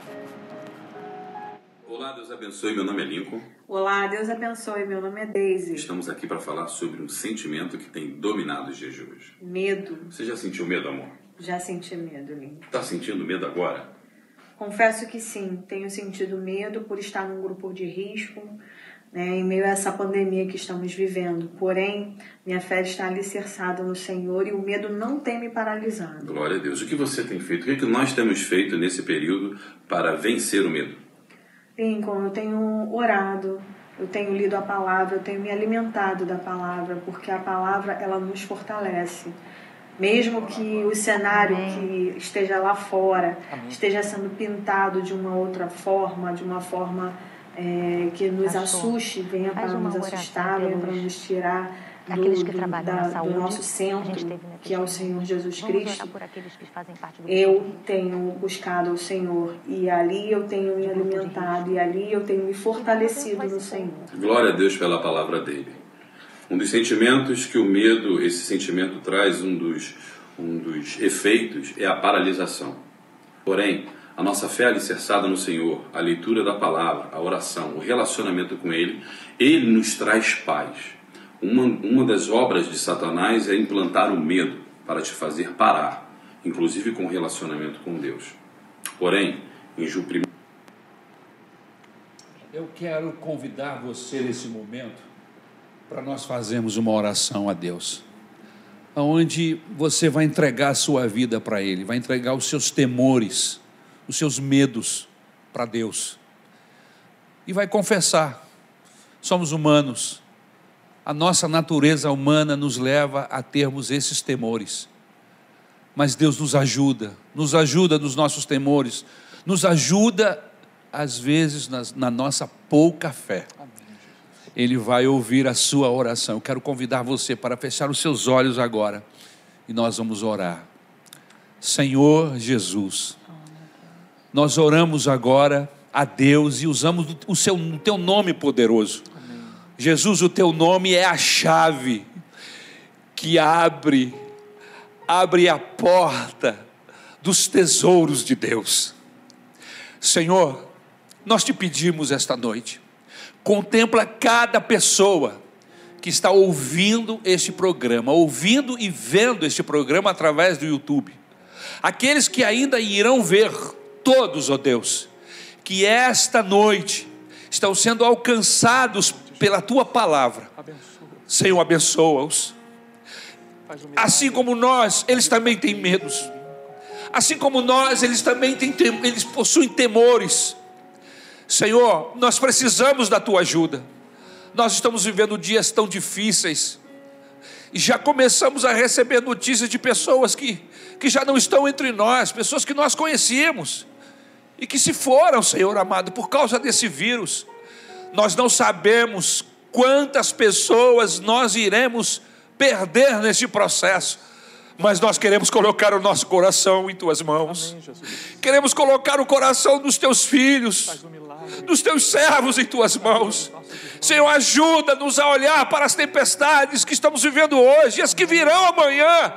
Olá, Deus abençoe. Meu nome é Lincoln. Olá, Deus abençoe. Meu nome é Daisy. Estamos aqui para falar sobre um sentimento que tem dominado os dias de hoje. Medo. Você já sentiu medo, amor? Já senti medo, Lincoln. Está sentindo medo agora? Confesso que sim, tenho sentido medo por estar num grupo de risco, né, em meio a essa pandemia que estamos vivendo. Porém, minha fé está alicerçada no Senhor e o medo não tem me paralisado. Glória a Deus. O que você tem feito? O que é que nós temos feito nesse período para vencer o medo? Lincoln, eu tenho orado, eu tenho lido a palavra, eu tenho me alimentado da palavra, porque a palavra, ela nos fortalece. Mesmo que o cenário que esteja lá fora esteja sendo pintado de uma outra forma, de uma forma que nos assuste, venha para nos assustar, venha para nos tirar do nosso centro, que é o Senhor Jesus Cristo. Eu tenho buscado ao Senhor e ali eu tenho me alimentado e ali eu tenho me fortalecido no Senhor. Glória a Deus pela palavra dele. Um dos sentimentos que o medo, esse sentimento traz, um dos efeitos é a paralisação. Porém, a nossa fé alicerçada no Senhor, a leitura da palavra, a oração, o relacionamento com Ele, Ele nos traz paz. Uma das obras de Satanás é implantar o medo para te fazer parar, inclusive com o relacionamento com Deus. Porém, em Ju 1. Eu quero convidar você nesse momento para nós fazermos uma oração a Deus, onde você vai entregar a sua vida para Ele, vai entregar os seus temores, os seus medos para Deus e vai confessar: somos humanos, a nossa natureza humana nos leva a termos esses temores, mas Deus nos ajuda nos nossos temores, nos ajuda às vezes na nossa pouca fé. Ele vai ouvir a sua oração. Eu quero convidar você para fechar os seus olhos agora e nós vamos orar. Senhor Jesus, nós oramos agora a Deus e usamos o teu nome poderoso. Amém. Jesus, o teu nome é a chave que abre a porta dos tesouros de Deus. Senhor, nós te pedimos esta noite, contempla cada pessoa que está ouvindo este programa, ouvindo e vendo este programa através do YouTube, aqueles que ainda irão ver, todos, ó Deus, que esta noite estão sendo alcançados pela Tua palavra. Senhor, abençoa-os. Assim como nós, eles também têm medos. Assim como nós, eles também eles possuem temores. Senhor, nós precisamos da Tua ajuda. Nós estamos vivendo dias tão difíceis e já começamos a receber notícias de pessoas que já não estão entre nós, pessoas que nós conhecíamos e que se foram, Senhor amado, por causa desse vírus. Nós não sabemos quantas pessoas nós iremos perder neste processo, mas nós queremos colocar o nosso coração em Tuas mãos. Queremos colocar o coração dos Teus filhos, dos Teus servos em Tuas mãos. Senhor, ajuda-nos a olhar para as tempestades que estamos vivendo hoje e as que virão amanhã,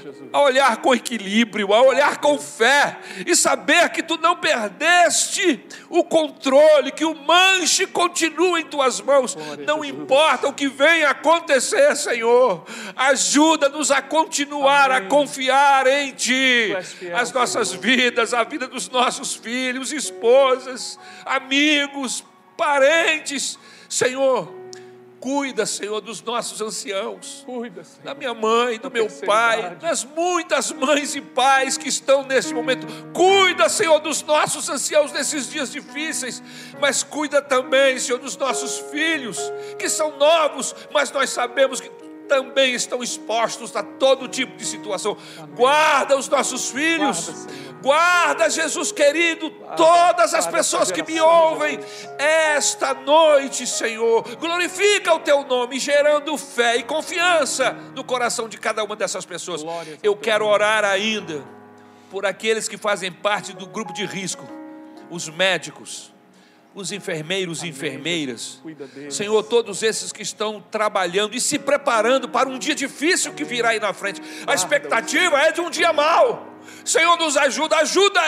a olhar com equilíbrio, a olhar com fé e saber que Tu não perdeste o controle, que o manche continua em Tuas mãos. Não importa o que venha a acontecer, Senhor, ajuda-nos a continuar a confiar em Ti, as nossas vidas, a vida dos nossos filhos, esposas, amigos, parentes. Senhor, cuida, Senhor, dos nossos anciãos, cuida, Senhor, da minha mãe, do meu pai, das muitas mães e pais que estão neste momento. Cuida, Senhor, dos nossos anciãos nesses dias difíceis, mas cuida também, Senhor, dos nossos filhos, que são novos, mas nós sabemos que também estão expostos a todo tipo de situação. Guarda os nossos filhos, guarda, Jesus querido, todas as pessoas que me ouvem esta noite, Senhor. Glorifica o Teu nome, gerando fé e confiança no coração de cada uma dessas pessoas. Eu quero orar ainda por aqueles que fazem parte do grupo de risco, os médicos, os enfermeiros e enfermeiras, Senhor, todos esses que estão trabalhando e se preparando para um dia difícil que virá aí na frente. A expectativa é de um dia mau. Senhor, nos ajuda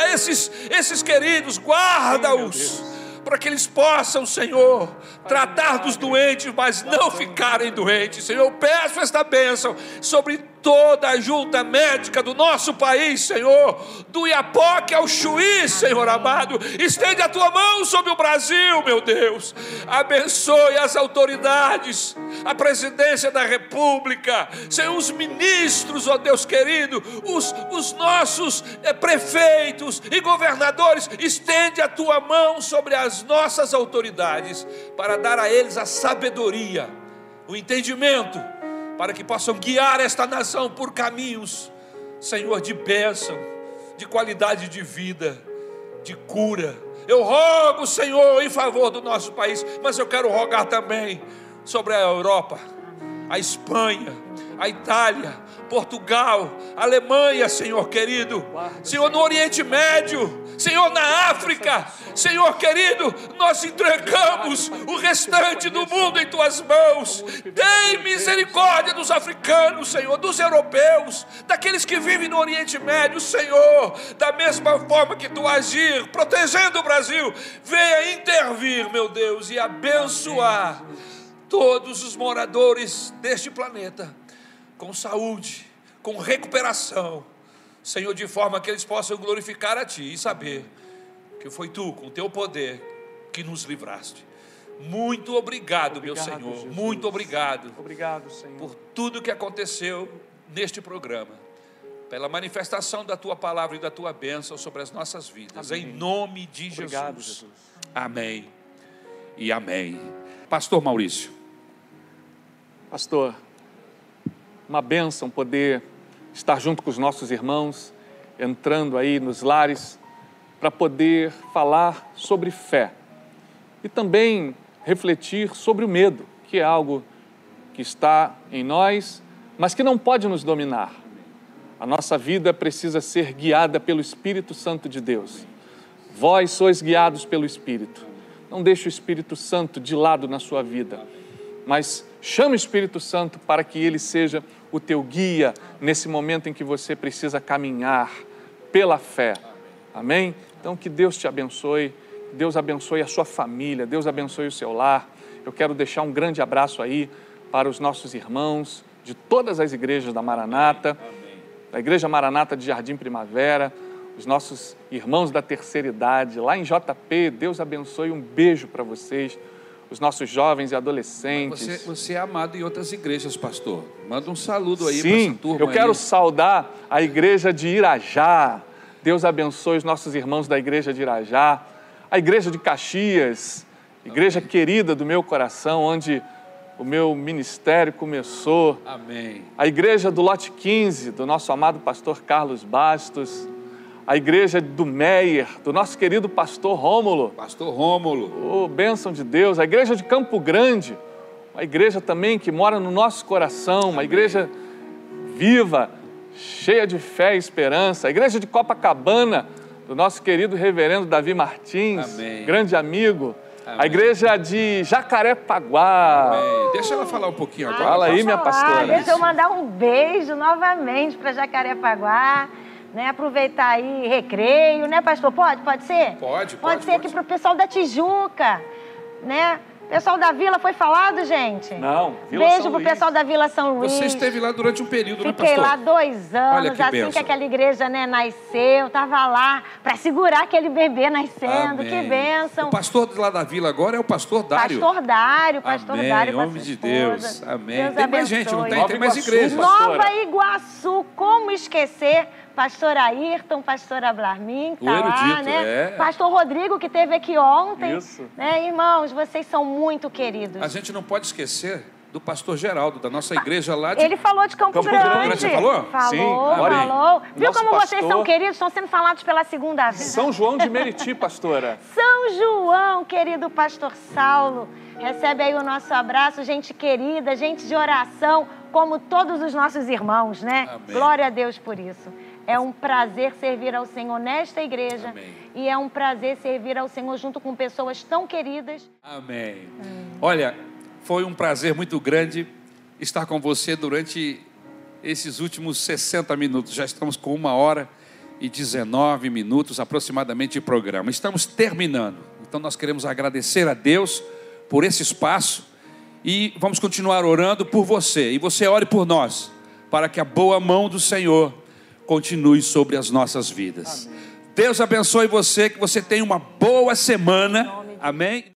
esses queridos, guarda-os, para que eles possam, Senhor, tratar dos doentes, mas não ficarem doentes. Senhor, eu peço esta bênção sobre toda a junta médica do nosso país, Senhor, do Iapoque ao Chuí, Senhor amado. Estende a Tua mão sobre o Brasil, meu Deus. Abençoe as autoridades, a presidência da República, Senhor, os ministros, ó Deus querido, os nossos prefeitos e governadores. Estende a Tua mão sobre as nossas autoridades, para dar a eles a sabedoria, o entendimento, para que possam guiar esta nação por caminhos, Senhor, de bênção, de qualidade de vida, de cura. Eu rogo, Senhor, em favor do nosso país, mas eu quero rogar também sobre a Europa, a Espanha, a Itália, Portugal, Alemanha, Senhor querido, Senhor, no Oriente Médio, Senhor, na África, Senhor querido, nós entregamos o restante do mundo em Tuas mãos. Tem misericórdia dos africanos, Senhor, dos europeus, daqueles que vivem no Oriente Médio, Senhor, da mesma forma que Tu agir, protegendo o Brasil, venha intervir, meu Deus, e abençoar todos os moradores deste planeta, com saúde, com recuperação, Senhor, de forma que eles possam glorificar a Ti e saber que foi Tu, com Teu poder, que nos livraste. Muito obrigado, meu Senhor, Jesus. Muito obrigado. Obrigado, Senhor, por tudo que aconteceu neste programa, pela manifestação da Tua palavra e da Tua bênção sobre as nossas vidas. Amém. Em nome de obrigado, Jesus. Amém e amém. Pastor Maurício. Pastor, uma bênção poder estar junto com os nossos irmãos, entrando aí nos lares, para poder falar sobre fé e também refletir sobre o medo, que é algo que está em nós, mas que não pode nos dominar. A nossa vida precisa ser guiada pelo Espírito Santo de Deus. Vós sois guiados pelo Espírito. Não deixe o Espírito Santo de lado na sua vida, mas chame o Espírito Santo para que ele seja o teu guia nesse momento em que você precisa caminhar pela fé. Amém? Então que Deus te abençoe, Deus abençoe a sua família, Deus abençoe o seu lar. Eu quero deixar um grande abraço aí para os nossos irmãos de todas as igrejas da Maranata, da Igreja Maranata de Jardim Primavera, os nossos irmãos da terceira idade, lá em JP, Deus abençoe, um beijo para vocês, os nossos jovens e adolescentes. Você é amado em outras igrejas, pastor. Manda um saludo aí para Sim, essa turma. eu quero aí. saudar a igreja de Irajá. Deus abençoe os nossos irmãos da igreja de Irajá, a igreja de Caxias, igreja querida do meu coração, onde o meu ministério começou. Amém. A igreja do Lote 15, do nosso amado pastor Carlos Bastos, a igreja do Meier, do nosso querido pastor Rômulo. Pastor Rômulo. Oh, bênção de Deus. A igreja de Campo Grande, uma igreja também que mora no nosso coração, uma igreja viva, cheia de fé e esperança. A igreja de Copacabana, do nosso querido reverendo Davi Martins, Amém. grande amigo. Amém. A igreja de Jacarepaguá. Amém. Deixa ela falar um pouquinho agora. Fala aí, minha pastora. Deixa eu mandar um beijo novamente para Jacarepaguá, né? Aproveitar aí recreio, né, pastor? Pode ser? Pode ser aqui para o pessoal da Tijuca, né? Pessoal da Vila, foi falado, gente? Não, Vila Beijo São pro Luís. pessoal da Vila São Luís. Você esteve lá durante um período, né, Fiquei pastor? lá 2 anos, Olha que assim bênção. que aquela igreja, né, nasceu, tava lá para segurar aquele bebê nascendo. Amém. Que bênção. O pastor lá da vila agora é o pastor Dário. Pastor Dário com a Amém, sua homem de esposa. Deus. Amém. Deus Tem mais gente, não abençoe. tem? Tem mais Iguaçu, igrejas. pastora. Nova Iguaçu, como esquecer? Pastor Ayrton, pastor Ablarmin, que O tá lá, erudito, né? é. Pastor Rodrigo, que esteve aqui ontem. Isso. Né, irmãos, vocês são muito queridos. A gente não pode esquecer do pastor Geraldo, da nossa igreja lá de... Ele falou de Campo Campo Grande. Grande, você falou? Sim, Falou. olha aí. Viu Nosso como vocês pastor- são queridos? Estão sendo falados pela segunda vez. São João de Meriti, pastora. São João, querido pastor Saulo, recebe aí o nosso abraço, gente querida, gente de oração, como todos os nossos irmãos, né? Amém. Glória a Deus por isso. É um prazer servir ao Senhor nesta igreja. Amém. E é um prazer servir ao Senhor junto com pessoas tão queridas. Amém. Olha, foi um prazer muito grande estar com você durante esses últimos 60 minutos. Já estamos com 1h19 aproximadamente de programa. Estamos terminando. Então nós queremos agradecer a Deus por esse espaço e vamos continuar orando por você. E você ore por nós, para que a boa mão do Senhor continue sobre as nossas vidas. Amém. Deus abençoe você, que você tenha uma boa semana. Amém.